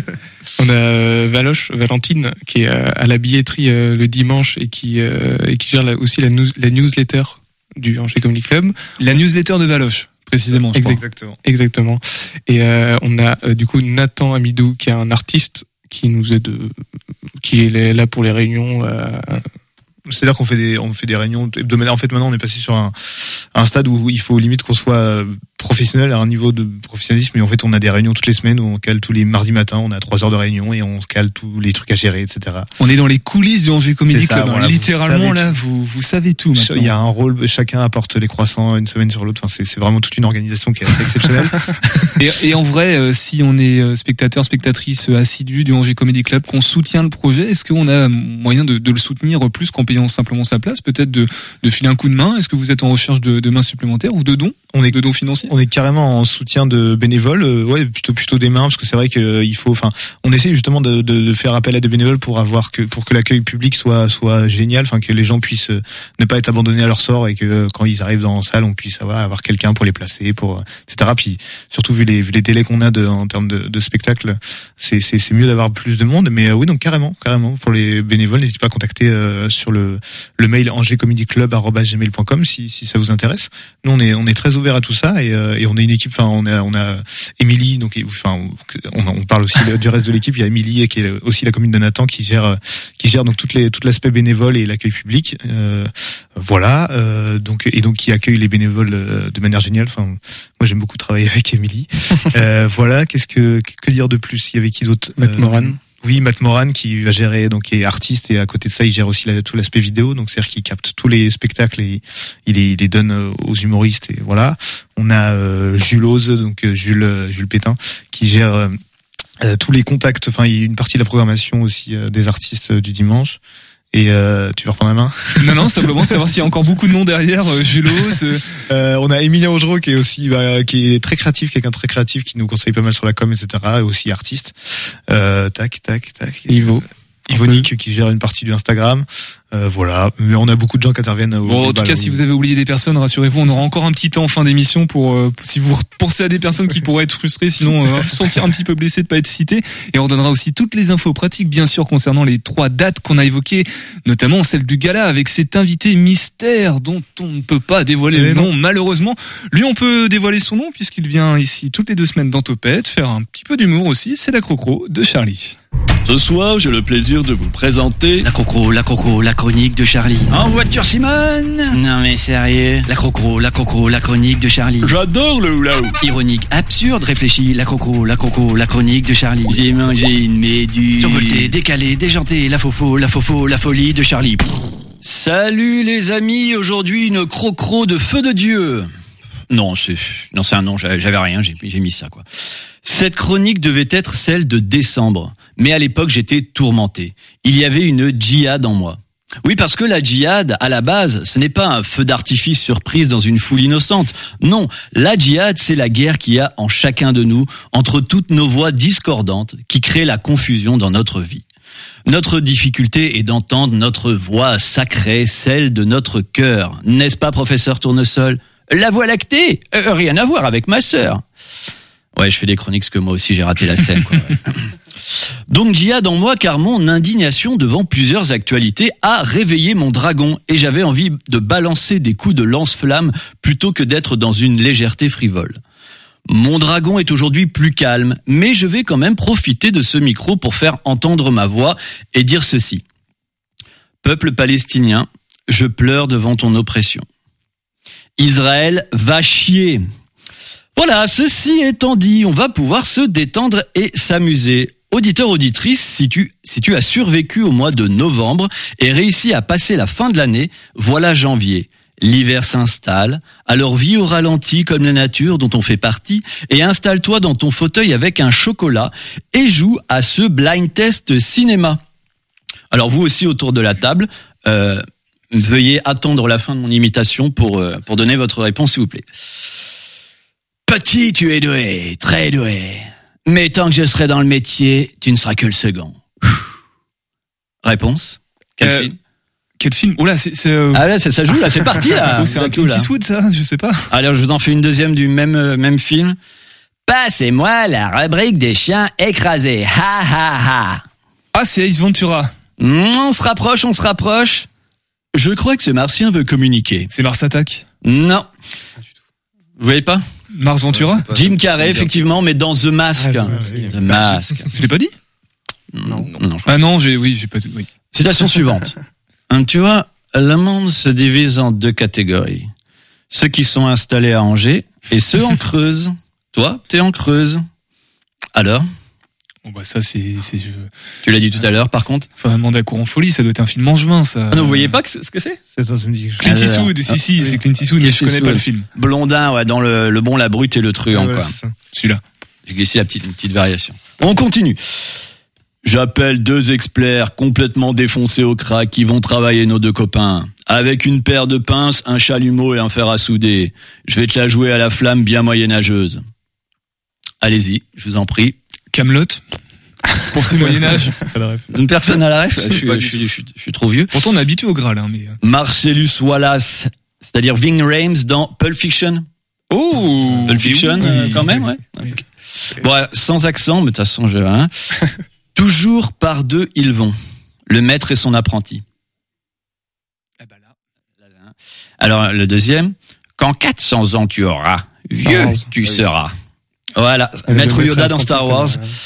On a euh, Valoche, Valentine, qui est euh, à la billetterie euh, le dimanche et qui euh, et qui gère la, aussi la, news, la newsletter du Angers Comedy Club. La newsletter de Valoche. Précisément, je exact, crois. Exactement. Exactement. Et euh, on a euh, du coup Nathan Amidou qui est un artiste qui nous aide, qui est là pour les réunions. Euh... C'est-à-dire qu'on fait des, on fait des réunions hebdomadaires. En fait, maintenant, on est passé sur un, un stade où il faut limite qu'on soit professionnel à un niveau de professionnalisme. Et en fait, on a des réunions toutes les semaines où on cale tous les mardis matins. On a trois heures de réunion et on cale tous les trucs à gérer, et cetera. On est dans les coulisses du Angers Comedy Club. Voilà, littéralement, vous là, vous, vous savez tout maintenant. Il y a un rôle, chacun apporte les croissants une semaine sur l'autre. Enfin, c'est, c'est vraiment toute une organisation qui est assez exceptionnelle. et, et en vrai, euh, si on est spectateur, spectatrice assidue du Angers Comedy Club, qu'on soutient le projet, est-ce qu'on a moyen de, de le soutenir plus qu'en payant simplement sa place? Peut-être de, de filer un coup de main? Est-ce que vous êtes en recherche de, de mains supplémentaires ou de dons? On est, de dons financiers? On est carrément en soutien de bénévoles, euh, ouais, plutôt plutôt des mains, parce que c'est vrai que il faut, enfin, on essaie justement de, de, de faire appel à des bénévoles pour avoir que pour que l'accueil public soit soit génial, enfin que les gens puissent euh, ne pas être abandonnés à leur sort et que euh, quand ils arrivent dans la salle, on puisse avoir, avoir quelqu'un pour les placer, pour euh, et cetera. Puis surtout vu les vu les délais qu'on a de, en termes de, de spectacle, c'est c'est c'est mieux d'avoir plus de monde. Mais euh, oui, donc carrément, carrément pour les bénévoles, n'hésitez pas à contacter euh, sur le le mail angers-comédie-club arobase gmail point com si si ça vous intéresse. Nous on est on est très ouvert à tout ça et euh, et on est une équipe, enfin on a on a Émilie, donc enfin on, on parle aussi du reste de l'équipe. Il y a Émilie qui est aussi la commune de Nathan qui gère qui gère donc toutes les tout l'aspect bénévole et l'accueil public. Euh, voilà, euh, donc et donc qui accueille les bénévoles de manière géniale. Enfin moi j'aime beaucoup travailler avec Émilie. euh, voilà, qu'est-ce que que dire de plus? Il y avait qui d'autre? Matt Moran. Euh, Oui, Matt Moran qui va gérer, donc qui est artiste et à côté de ça, il gère aussi la, tout l'aspect vidéo, donc c'est-à-dire qu'il capte tous les spectacles et il les, il les donne aux humoristes et voilà. On a euh, Jules Oz, donc euh, Jules Jules Pétain, qui gère euh, euh, tous les contacts. Enfin, il y a une partie de la programmation aussi euh, des artistes euh, du dimanche. Et euh, tu veux reprendre la main? Non, non, simplement savoir s'il y a encore beaucoup de noms derrière. Euh, Julos. Euh... Euh, on a Emilien Augereau qui est aussi bah, qui est très créatif, quelqu'un de très créatif qui nous conseille pas mal sur la com, et cetera. Et aussi artiste. Euh, tac, tac, tac. Ivo. Yvonique qui gère une partie du Instagram. Euh, voilà, mais on a beaucoup de gens qui interviennent. Au bon, en tout cas, si vous avez oublié des personnes, rassurez-vous, on aura encore un petit temps en fin d'émission pour, euh, si vous pensez à des personnes qui pourraient être frustrées, sinon euh, sentir un petit peu blessées de pas être citées. Et on donnera aussi toutes les infos pratiques, bien sûr, concernant les trois dates qu'on a évoquées, notamment celle du gala avec cet invité mystère dont on ne peut pas dévoiler le nom, malheureusement. Lui, on peut dévoiler son nom puisqu'il vient ici toutes les deux semaines dans Topette, faire un petit peu d'humour aussi. C'est la Crocro de Charlie. Ce soir, j'ai le plaisir de vous présenter... La Crocro, la Crocro, la chronique de Charlie. En voiture, Simone. Non mais sérieux. La Crocro, la Crocro, la chronique de Charlie. J'adore le hula-hoop. Ironique, absurde, réfléchi. La Crocro, la Crocro, la chronique de Charlie. J'ai mangé une méduse. Survolté, décalé, déjanté. La fofo, la fofo, la folie de Charlie. Salut les amis, aujourd'hui une Crocro de feu de Dieu. Non, c'est non, c'est un nom, j'avais rien, j'ai, j'ai mis ça quoi. Cette chronique devait être celle de décembre, mais à l'époque j'étais tourmenté. Il y avait une djihad en moi. Oui, parce que la djihad, à la base, ce n'est pas un feu d'artifice surprise dans une foule innocente. Non, la djihad, c'est la guerre qu'il y a en chacun de nous, entre toutes nos voix discordantes, qui créent la confusion dans notre vie. Notre difficulté est d'entendre notre voix sacrée, celle de notre cœur. N'est-ce pas, professeur Tournesol ? La Voie lactée, euh, rien à voir avec ma sœur. Ouais, je fais des chroniques parce que moi aussi j'ai raté la scène, quoi. Ouais. Donc djihad en moi car mon indignation devant plusieurs actualités a réveillé mon dragon et j'avais envie de balancer des coups de lance-flamme plutôt que d'être dans une légèreté frivole. Mon dragon est aujourd'hui plus calme, mais je vais quand même profiter de ce micro pour faire entendre ma voix et dire ceci. Peuple palestinien, je pleure devant ton oppression. Israël va chier. Voilà, ceci étant dit, on va pouvoir se détendre et s'amuser. Auditeur, auditrice, si tu, si tu as survécu au mois de novembre et réussi à passer la fin de l'année, voilà janvier. L'hiver s'installe, alors vis au ralenti comme la nature dont on fait partie et installe-toi dans ton fauteuil avec un chocolat et joue à ce blind test cinéma. Alors vous aussi autour de la table, euh, veuillez attendre la fin de mon imitation pour, euh, pour donner votre réponse, s'il vous plaît. Petit, tu es doué, très doué. Mais tant que je serai dans le métier, tu ne seras que le second. Réponse ? Quel euh, film ? Quel film ? Oh là, c'est, c'est euh... ah là, ça, ça joue là, c'est parti là. Oh, c'est un Clint Eastwood ça, je sais pas. Alors je vous en fais une deuxième du même euh, même film. Passez-moi la rubrique des chiens écrasés. Ha ha ha. Ah, c'est Ace Ventura. Mmh, on se rapproche, on se rapproche. Je crois que ce martien veut communiquer. C'est Mars Attack ? Non. Vous voyez pas ? Mars Ventura ? pas, Jim Carrey, effectivement, mais dans The Mask. Ah, oui, The Mask. Je l'ai pas dit ? Non. non, non ah non, j'ai, oui, j'ai pas dit. Oui. Citation suivante. Tu vois, le monde se divise en deux catégories. Ceux qui sont installés à Angers et ceux en Creuse. Toi, t'es en Creuse. Alors ? Bon bah ça c'est c'est tu l'as dit tout à l'heure par contre. Enfin Mandat court en folie, ça doit être un film angevin ça. Ah non, vous voyez pas que c'est, ce que c'est C'est ça, ça me dit. Clint Eastwood, ah, si si, oui. C'est Clint Eastwood, mais je connais pas le film. Blondin, ouais, dans le le bon, la brute et le truand, ouais, quoi. Celui-là. J'ai glissé la petite une petite variation. On continue. J'appelle deux experts complètement défoncés au crack qui vont travailler nos deux copains. Avec une paire de pinces, un chalumeau et un fer à souder. Je vais te la jouer à la flamme bien moyenâgeuse. Allez-y, je vous en prie. Camelot. Pour ce Moyen-Âge. Une personne à la ref. Je suis, je, suis, je, suis, je suis trop vieux. Pourtant, on est habitué au Graal, hein, mais. Marcellus Wallace, c'est-à-dire Ving Rhames dans Pulp Fiction. Oh! Pulp Fiction, oui, euh, quand même, ouais. Oui. Bon, ouais, sans accent, mais de toute façon, je, hein. Toujours par deux, ils vont. Le maître et son apprenti. Eh ben là. Alors, le deuxième. Quand quatre cents ans tu auras, vieux, tu seras. Voilà. Avec Maître le Yoda dans Star Wars.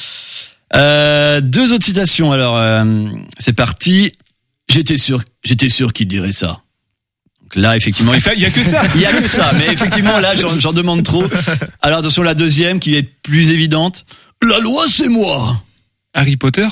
Euh, deux autres citations. Alors, euh, c'est parti. J'étais sûr, j'étais sûr qu'il dirait ça. Donc là, effectivement, il y a que ça. Il y a que ça. Mais effectivement, là, j'en, j'en demande trop. Alors, attention, la deuxième, qui est plus évidente. La loi, c'est moi. Harry Potter.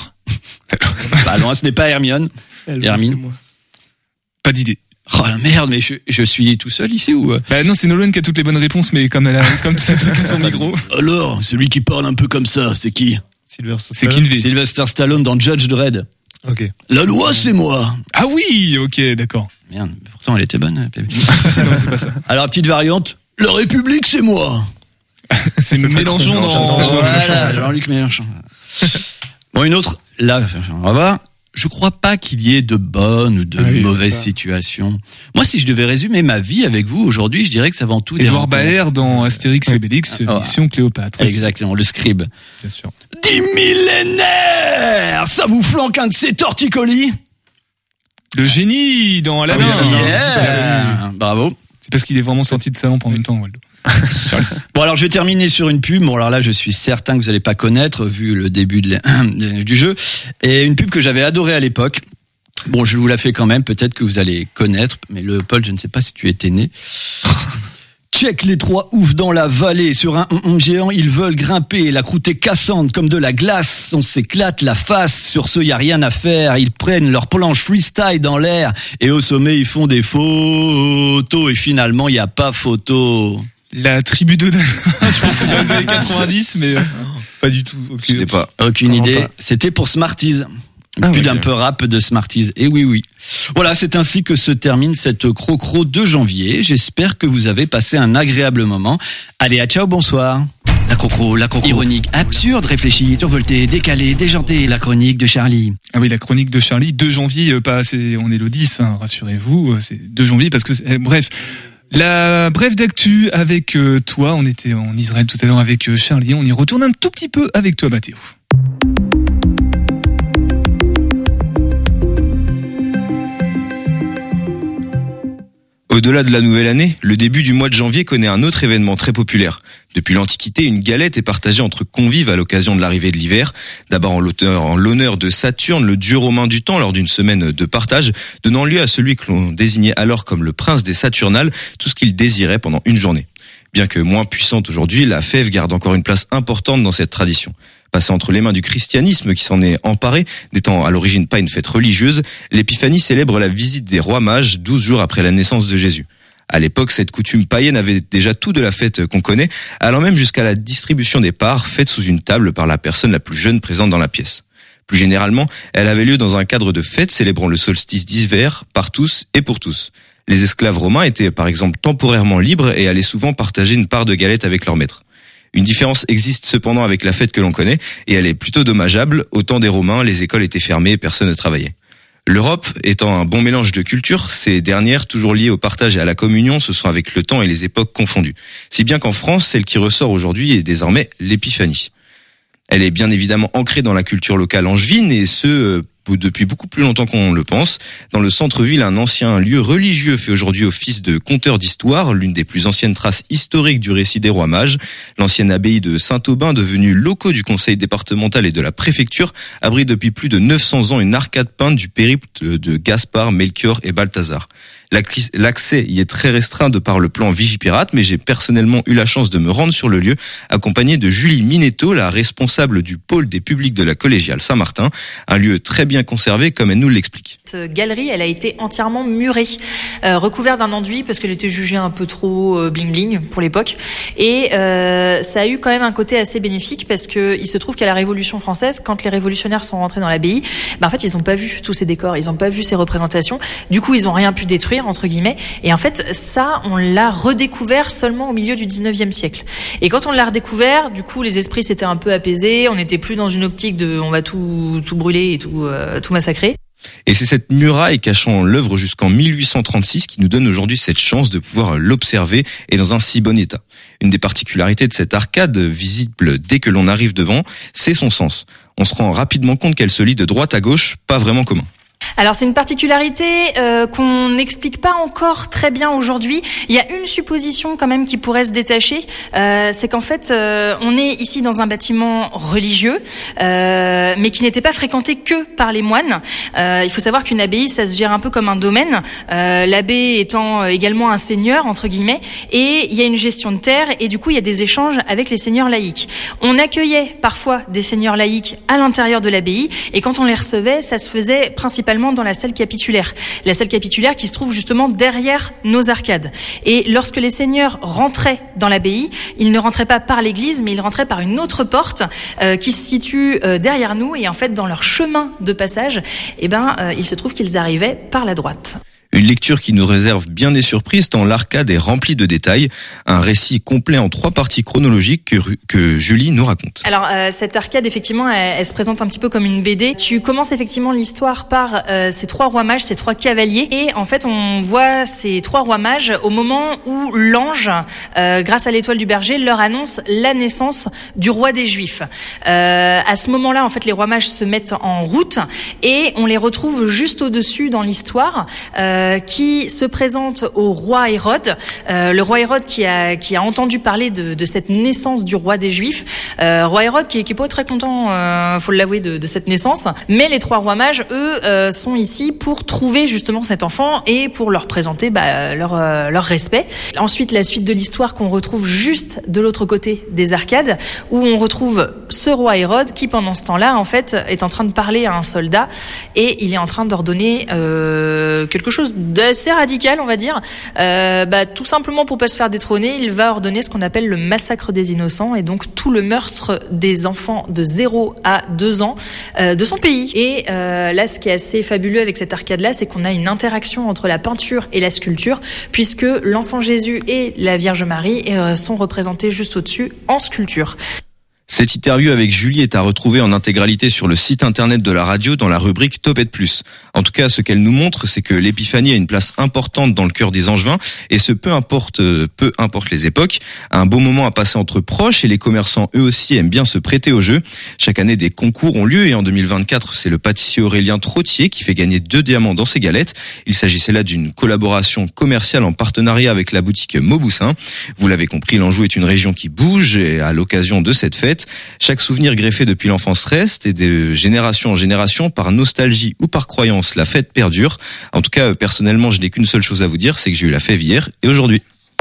Bah non, ce n'est pas Hermione. Hermine. Pas d'idée. Oh la merde, mais je, je suis tout seul ici ou? Bah non, c'est Nolan qui a toutes les bonnes réponses, mais comme elle a, comme c'est truc à son micro. Alors, celui qui parle un peu comme ça, c'est qui? C'est Kinvey. Sylvester Stallone dans Judge Dredd. Ok. La loi, c'est moi. Ah oui, ok, d'accord. Merde, pourtant elle était bonne. non, c'est pas ça. Alors, petite variante. La République, c'est moi. c'est c'est Mélenchon dans... Voilà, Jean-Luc Mélenchon. Bon, une autre. Là, on va voir. Je crois pas qu'il y ait de bonnes ou de ah oui, mauvaises situations. Moi, si je devais résumer ma vie avec vous aujourd'hui, je dirais que c'est avant tout des Édouard Baer dans Astérix et Obélix, ah, mission Cléopâtre. Exactement, le scribe. Bien sûr. Dix millénaires! Ça vous flanque un de ces torticolis? Le génie dans Aladdin. Ah oui, yeah. Bravo. C'est parce qu'il est vraiment sorti de sa lampe en même temps, Waldo. Bon, alors je vais terminer sur une pub. Bon, alors là, je suis certain que vous n'allez pas connaître vu le début de la, du jeu. Et une pub que j'avais adorée à l'époque. Bon, je vous la fais quand même. Peut-être que vous allez connaître. Mais le Paul, je ne sais pas si tu étais né. Check les trois oufs dans la vallée. Sur un hum géant, ils veulent grimper. La croûte est cassante comme de la glace. On s'éclate la face. Sur ce, y a rien à faire. Ils prennent leur planche freestyle dans l'air. Et au sommet, ils font des photos. Et finalement, il n'y a pas photo. La tribu de... je pense que c'est dans les années quatre-vingt-dix, mais... Pas du tout. Je n'ai pas. Aucune idée. Pas. C'était pour Smarties. Ah, Plus oui, d'un peu rap de Smarties. Et oui, oui. Voilà, c'est ainsi que se termine cette crocro de janvier. J'espère que vous avez passé un agréable moment. Allez, à ciao, bonsoir. La crocro, la crocro. Ironique, absurde, réfléchi, survolté, décalé, déjanté. La chronique de Charlie. Ah oui, la chronique de Charlie. deux janvier, pas assez, on est le dix, hein, rassurez-vous. C'est deux janvier parce que, c'est, bref. La brève d'actu avec euh, toi, on était en Israël tout à l'heure avec euh, Charlie, on y retourne un tout petit peu avec toi, Mathéo. Au-delà de la nouvelle année, le début du mois de janvier connaît un autre événement très populaire. Depuis l'Antiquité, une galette est partagée entre convives à l'occasion de l'arrivée de l'hiver. D'abord en l'honneur, en l'honneur de Saturne, le dieu romain du temps, lors d'une semaine de partage, donnant lieu à celui que l'on désignait alors comme le prince des Saturnales, tout ce qu'il désirait pendant une journée. Bien que moins puissante aujourd'hui, la fève garde encore une place importante dans cette tradition. Passée entre les mains du christianisme qui s'en est emparé, n'étant à l'origine pas une fête religieuse, l'épiphanie célèbre la visite des rois mages douze jours après la naissance de Jésus. À l'époque, cette coutume païenne avait déjà tout de la fête qu'on connaît, allant même jusqu'à la distribution des parts faites sous une table par la personne la plus jeune présente dans la pièce. Plus généralement, elle avait lieu dans un cadre de fête célébrant le solstice d'hiver par tous et pour tous. Les esclaves romains étaient par exemple temporairement libres et allaient souvent partager une part de galette avec leur maître. Une différence existe cependant avec la fête que l'on connaît, et elle est plutôt dommageable. Au temps des Romains, les écoles étaient fermées et personne ne travaillait. L'Europe étant un bon mélange de cultures, ces dernières, toujours liées au partage et à la communion, se sont avec le temps et les époques confondues. Si bien qu'en France, celle qui ressort aujourd'hui est désormais l'épiphanie. Elle est bien évidemment ancrée dans la culture locale angevine, et ce, depuis beaucoup plus longtemps qu'on le pense. Dans le centre-ville, un ancien lieu religieux fait aujourd'hui office de conteur d'histoire, l'une des plus anciennes traces historiques du récit des rois mages. L'ancienne abbaye de Saint-Aubin, devenue locaux du conseil départemental et de la préfecture, abrite depuis plus de neuf cents ans une arcade peinte du périple de Gaspard, Melchior et Balthazar. L'accès y est très restreint de par le plan Vigipirate, mais j'ai personnellement eu la chance de me rendre sur le lieu, accompagné de Julie Minetto, la responsable du pôle des publics de la collégiale Saint-Martin, un lieu très bien conservé comme elle nous l'explique. Cette galerie, elle a été entièrement murée, euh, recouverte d'un enduit parce qu'elle était jugée un peu trop euh, bling bling pour l'époque, et euh, ça a eu quand même un côté assez bénéfique parce que il se trouve qu'à la Révolution française, quand les révolutionnaires sont rentrés dans l'abbaye, bah en fait ils ont pas vu tous ces décors, ils ont pas vu ces représentations, du coup ils ont rien pu détruire. détruire entre guillemets. Et en fait, ça, on l'a redécouvert seulement au milieu du dix-neuvième siècle. Et quand on l'a redécouvert, du coup, les esprits s'étaient un peu apaisés. On n'était plus dans une optique de on va tout tout brûler et tout euh, tout massacrer. Et c'est cette muraille cachant l'œuvre jusqu'en mille huit cent trente-six qui nous donne aujourd'hui cette chance de pouvoir l'observer et dans un si bon état. Une des particularités de cette arcade, visible dès que l'on arrive devant, c'est son sens. On se rend rapidement compte qu'elle se lit de droite à gauche, pas vraiment commun. Alors c'est une particularité euh, qu'on n'explique pas encore très bien aujourd'hui. Il y a une supposition quand même qui pourrait se détacher, euh, c'est qu'en fait euh, on est ici dans un bâtiment religieux, euh, mais qui n'était pas fréquenté que par les moines. Euh, il faut savoir qu'une abbaye, ça se gère un peu comme un domaine, euh, l'abbé étant également un seigneur entre guillemets, et il y a une gestion de terre et du coup il y a des échanges avec les seigneurs laïcs. On accueillait parfois des seigneurs laïcs à l'intérieur de l'abbaye et quand on les recevait, ça se faisait principalement dans la salle capitulaire. La salle capitulaire qui se trouve justement derrière nos arcades. Et lorsque les seigneurs rentraient dans l'abbaye, ils ne rentraient pas par l'église, mais ils rentraient par une autre porte euh, qui se situe euh, derrière nous. Et en fait, dans leur chemin de passage, eh ben, euh, il se trouve qu'ils arrivaient par la droite. Une lecture qui nous réserve bien des surprises tant l'arcade est remplie de détails. Un récit complet en trois parties chronologiques que, que Julie nous raconte. Alors euh, cette arcade effectivement elle, elle se présente un petit peu comme une B D. Tu commences effectivement l'histoire par euh, ces trois rois mages, ces trois cavaliers et en fait on voit ces trois rois mages au moment où l'ange, euh, grâce à l'étoile du berger, leur annonce la naissance du roi des Juifs. Euh, à ce moment-là en fait les rois mages se mettent en route et on les retrouve juste au-dessus dans l'histoire. Euh, qui se présente au roi Hérode, euh, le roi Hérode qui a qui a entendu parler de, de cette naissance du roi des Juifs, euh, roi Hérode qui, qui est pas très content, euh, faut l'avouer, de, de cette naissance. Mais les trois rois mages, eux, euh, sont ici pour trouver justement cet enfant et pour leur présenter bah, leur euh, leur respect. Ensuite, la suite de l'histoire qu'on retrouve juste de l'autre côté des arcades, où on retrouve ce roi Hérode qui, pendant ce temps-là, en fait, est en train de parler à un soldat et il est en train d'ordonner euh, quelque chose d'assez radical, on va dire. Euh, bah, tout simplement pour pas se faire détrôner, il va ordonner ce qu'on appelle le massacre des innocents et donc tout le meurtre des enfants de zéro à deux ans euh, de son pays. Et euh, là, ce qui est assez fabuleux avec cette arcade-là, c'est qu'on a une interaction entre la peinture et la sculpture, puisque l'enfant Jésus et la Vierge Marie euh, sont représentés juste au-dessus en sculpture. Cette interview avec Julie est à retrouver en intégralité sur le site internet de la radio dans la rubrique Topette Plus. En tout cas, ce qu'elle nous montre, c'est que l'épiphanie a une place importante dans le cœur des Angevins et ce peu importe, peu importe les époques, un beau moment à passer entre proches et les commerçants eux aussi aiment bien se prêter au jeu. Chaque année, des concours ont lieu et en deux mille vingt-quatre, c'est le pâtissier Aurélien Trottier qui fait gagner deux diamants dans ses galettes. Il s'agissait là d'une collaboration commerciale en partenariat avec la boutique Mauboussin. Vous l'avez compris, l'Anjou est une région qui bouge et à l'occasion de cette fête, chaque souvenir greffé depuis l'enfance reste et de génération en génération, par nostalgie ou par croyance, la fête perdure. En tout cas, personnellement, je n'ai qu'une seule chose à vous dire, c'est que j'ai eu la fève hier et aujourd'hui.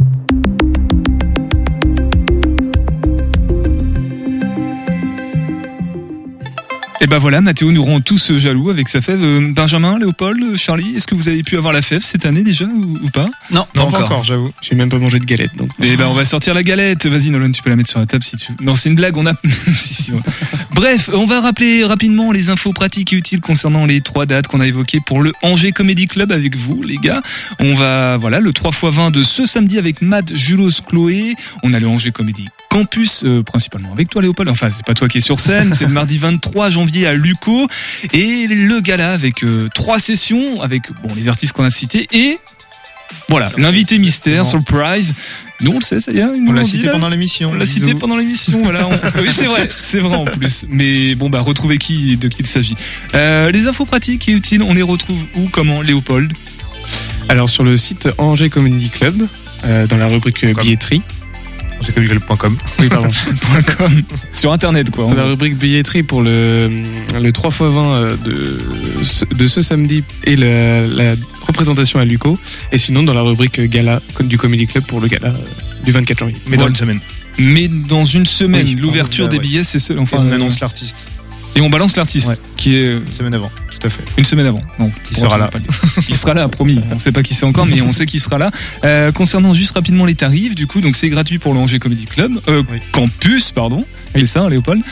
Et ben voilà, Mathéo nous rend tous jaloux avec sa fève. Benjamin, Léopold, Charlie, est-ce que vous avez pu avoir la fève cette année déjà ou, ou pas? Non, non, pas pas encore. encore, j'avoue. J'ai même pas mangé de galette, donc. Et ben on va sortir la galette. Vas-y, Nolan, tu peux la mettre sur la table si tu veux. Non, c'est une blague. On a. si, si, ouais. Bref, on va rappeler rapidement les infos pratiques et utiles concernant les trois dates qu'on a évoquées pour le Angers Comedy Club avec vous, les gars. On va, voilà, le trois fois vingt de ce samedi avec Matt, Julos, Chloé. On a le Angers Comedy Campus, euh, principalement avec toi, Léopold. Enfin, c'est pas toi qui es sur scène. C'est le mardi vingt-trois janvier à Luco. Et le gala avec euh, trois sessions avec bon les artistes qu'on a cités et voilà l'invité mystère surprise. Nous on le sait, ça y est. On l'a cité pendant l'émission. On l'a cité pendant l'émission. Voilà. On... Oui, c'est vrai, c'est vrai en plus. Mais bon bah retrouvez qui de qui il s'agit. Euh, les infos pratiques et utiles, on les retrouve où, comment, Léopold? Alors sur le site Angers Comedy Club, euh, dans la rubrique billetterie. angers comedy club point com. Oui, pardon. .com. Sur internet quoi. C'est la rubrique billetterie pour le le trois fois vingt de de ce samedi et la, la représentation à Luco, et sinon dans la rubrique gala du Comedy Club pour le gala du vingt-quatre janvier. Mais dans une semaine. Mais dans une semaine, Oui, l'ouverture bah, des ouais. billets, c'est seul. Enfin, Et on euh, annonce l'artiste. Et on balance l'artiste, Ouais. qui est Une semaine avant, tout à fait. une semaine avant. Non, Qui sera là. Il sera là, promis. On ne sait pas qui c'est encore, mais on sait qu'il sera là. Euh, concernant juste rapidement les tarifs, du coup, donc c'est gratuit pour le Angers Comedy Club, euh, Oui. Campus, pardon. C'est ça, Léopold.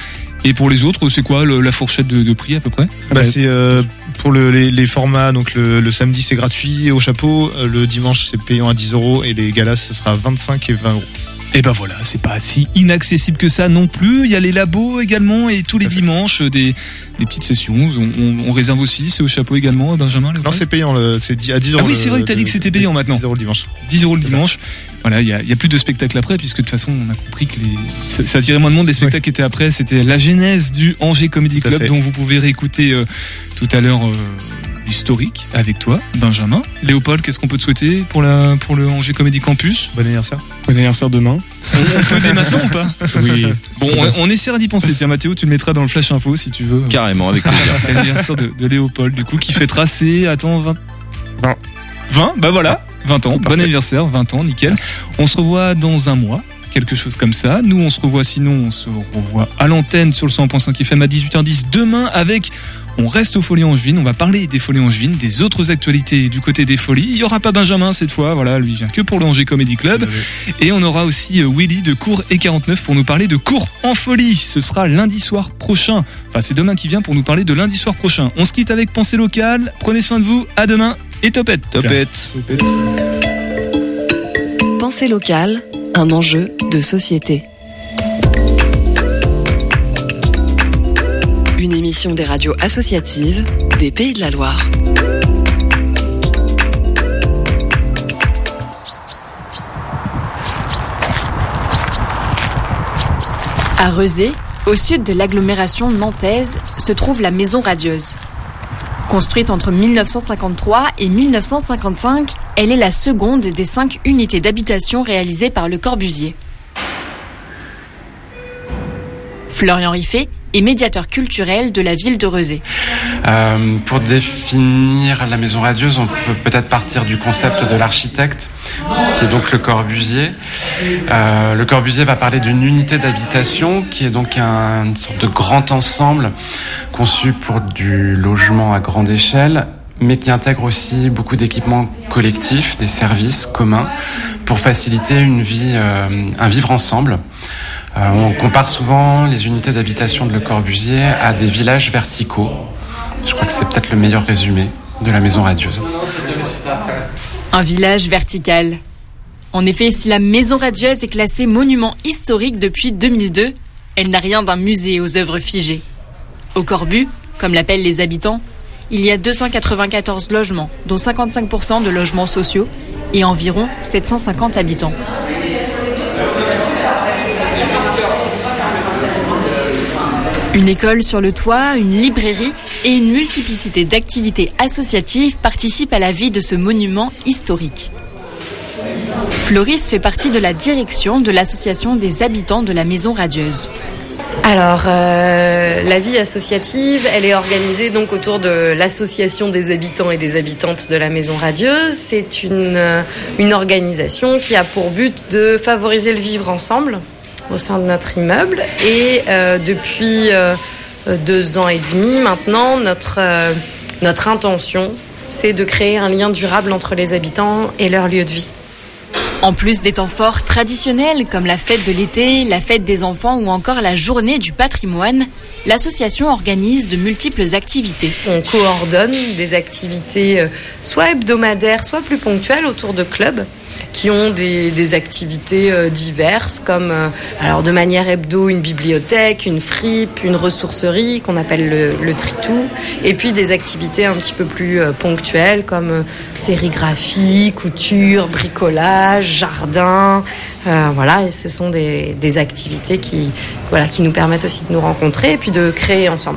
Et pour les autres, c'est quoi le, la fourchette de, de prix à peu près? Bah, c'est euh, pour le, les, les formats, donc le, le samedi c'est gratuit au chapeau, le dimanche c'est payant à dix euros et les galas ce sera vingt-cinq et vingt euros. Et ben voilà, c'est pas si inaccessible que ça non plus. Il y a les labos également et tous les dimanches des, des petites sessions. On, on, on réserve aussi, c'est au chapeau également, Benjamin. Non, c'est payant, le, c'est à dix euros. Ah oui, c'est vrai que t'as dit que c'était payant maintenant. dix euros le dimanche. dix euros le dimanche. Voilà, il y a, y a plus de spectacles après puisque de toute façon on a compris que les, ça, ça attirait moins de monde. Les spectacles oui. qui étaient après, c'était la genèse du Angers Comedy Club dont vous pouvez réécouter euh, tout à l'heure. Euh, Historique avec toi, Benjamin. Léopold, qu'est-ce qu'on peut te souhaiter pour, la, pour le Angers Comedy Campus? Bon anniversaire. Bon anniversaire demain. On, on peut dès maintenant ou pas? Oui. Bon, on, on essaiera d'y penser. Tiens, Mathéo, tu le mettras dans le flash info si tu veux. Carrément, avec plaisir. L'anniversaire de, de Léopold, du coup, qui fait tracer, attends, vingt. vingt. vingt, bah voilà, vingt ans. Bon anniversaire, vingt ans, nickel. On se revoit dans un mois. Quelque chose comme ça. Nous, on se revoit sinon, on se revoit à l'antenne sur le cent un virgule cinq F M à dix-huit heures dix demain avec... On reste aux Folies Angevines, on va parler des Folies Angevines, des autres actualités du côté des Folies. Il n'y aura pas Benjamin cette fois, voilà, lui vient que pour le Angers Comedy Club. Et on aura aussi Willy de Cours et quarante-neuf pour nous parler de Cours en folie. Ce sera lundi soir prochain. Enfin, c'est demain qui vient pour nous parler de lundi soir prochain. On se quitte avec Pensée locale. Prenez soin de vous. À demain et topette. Topette. Topette. Pensée locale, un enjeu de société. Une émission des radios associatives des Pays de la Loire. À Rezé, au sud de l'agglomération nantaise, se trouve la Maison Radieuse. Construite entre mille neuf cent cinquante-trois et mille neuf cent cinquante-cinq, elle est la seconde des cinq unités d'habitation réalisées par Le Corbusier. Florian Riffet est médiateur culturel de la ville de Rezé. Euh, pour définir la Maison Radieuse, on peut peut-être partir du concept de l'architecte, qui est donc Le Corbusier. Euh, Le Corbusier va parler d'une unité d'habitation, qui est donc un, une sorte de grand ensemble conçu pour du logement à grande échelle, mais qui intègre aussi beaucoup d'équipements collectifs, des services communs, pour faciliter une vie, euh, un vivre ensemble. Euh, on compare souvent les unités d'habitation de Le Corbusier à des villages verticaux. Je crois que c'est peut-être le meilleur résumé de la Maison Radieuse. Un village vertical. En effet, si la Maison Radieuse est classée monument historique depuis deux mille deux, elle n'a rien d'un musée aux œuvres figées. Au Corbu, comme l'appellent les habitants, il y a deux cent quatre-vingt-quatorze logements, dont cinquante-cinq pour cent de logements sociaux et environ sept cent cinquante habitants. Une école sur le toit, une librairie et une multiplicité d'activités associatives participent à la vie de ce monument historique. Floris fait partie de la direction de l'association des habitants de la Maison Radieuse. Alors, euh, la vie associative, elle est organisée donc autour de l'association des habitants et des habitantes de la Maison Radieuse. C'est une, une organisation qui a pour but de favoriser le vivre ensemble au sein de notre immeuble. Et euh, depuis euh, deux ans et demi maintenant, notre, euh, notre intention, c'est de créer un lien durable entre les habitants et leur lieu de vie. En plus des temps forts traditionnels comme la fête de l'été, la fête des enfants ou encore la journée du patrimoine, l'association organise de multiples activités. On coordonne des activités soit hebdomadaires, soit plus ponctuelles autour de clubs qui ont des, des activités euh, diverses comme, euh, alors de manière hebdo, une bibliothèque, une fripe, une ressourcerie qu'on appelle le, le Tritou, et puis des activités un petit peu plus euh, ponctuelles comme euh, sérigraphie, couture, bricolage, jardin, euh, voilà, et ce sont des, des activités qui, voilà, qui nous permettent aussi de nous rencontrer et puis de créer ensemble.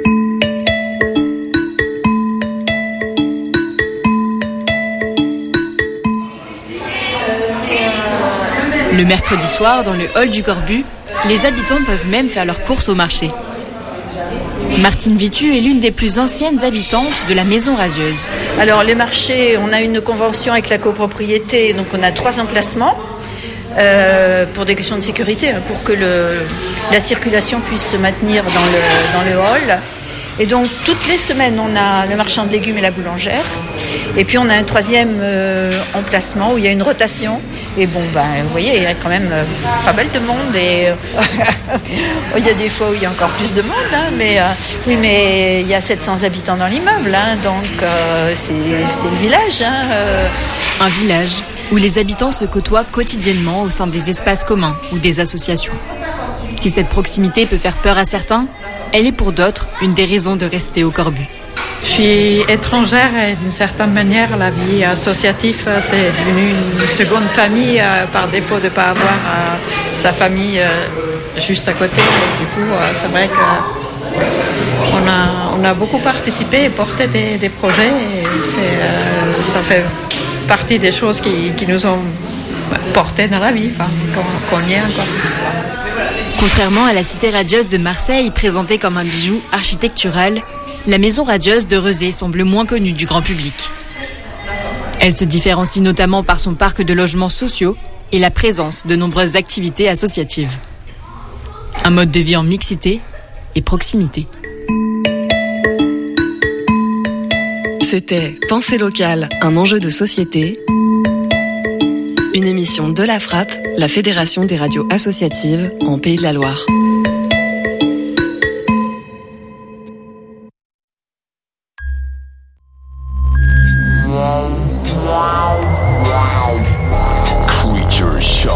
Le mercredi soir, dans le hall du Corbu, les habitants peuvent même faire leurs courses au marché. Martine Vitu est l'une des plus anciennes habitantes de la Maison Radieuse. Alors les marchés, on a une convention avec la copropriété, donc on a trois emplacements euh, pour des questions de sécurité, pour que le, la circulation puisse se maintenir dans le, dans le hall. Et donc, toutes les semaines, on a le marchand de légumes et la boulangère. Et puis, on a un troisième euh, emplacement où il y a une rotation. Et bon, ben, vous voyez, il y a quand même euh, pas mal de monde. Et euh, il y a des fois où il y a encore plus de monde. Hein, mais euh, oui, mais il y a sept cents habitants dans l'immeuble. Hein, donc, euh, c'est, c'est le village. Hein, euh. Un village où les habitants se côtoient quotidiennement au sein des espaces communs ou des associations. Si cette proximité peut faire peur à certains, elle est pour d'autres une des raisons de rester au Corbu. Je suis étrangère et d'une certaine manière, la vie associative, c'est devenu une seconde famille euh, par défaut de ne pas avoir euh, sa famille euh, juste à côté. Et du coup, euh, c'est vrai qu'on a, on a beaucoup participé et porté des, des projets. Et c'est, euh, ça fait partie des choses qui, qui nous ont portés dans la vie, enfin, qu'on, qu'on y est encore. Contrairement à la cité radieuse de Marseille, présentée comme un bijou architectural, la maison radieuse de Rezé semble moins connue du grand public. Elle se différencie notamment par son parc de logements sociaux et la présence de nombreuses activités associatives. Un mode de vie en mixité et proximité. C'était Pensée locale, un enjeu de société. Une émission de la Frappe, la Fédération des radios associatives en Pays de la Loire.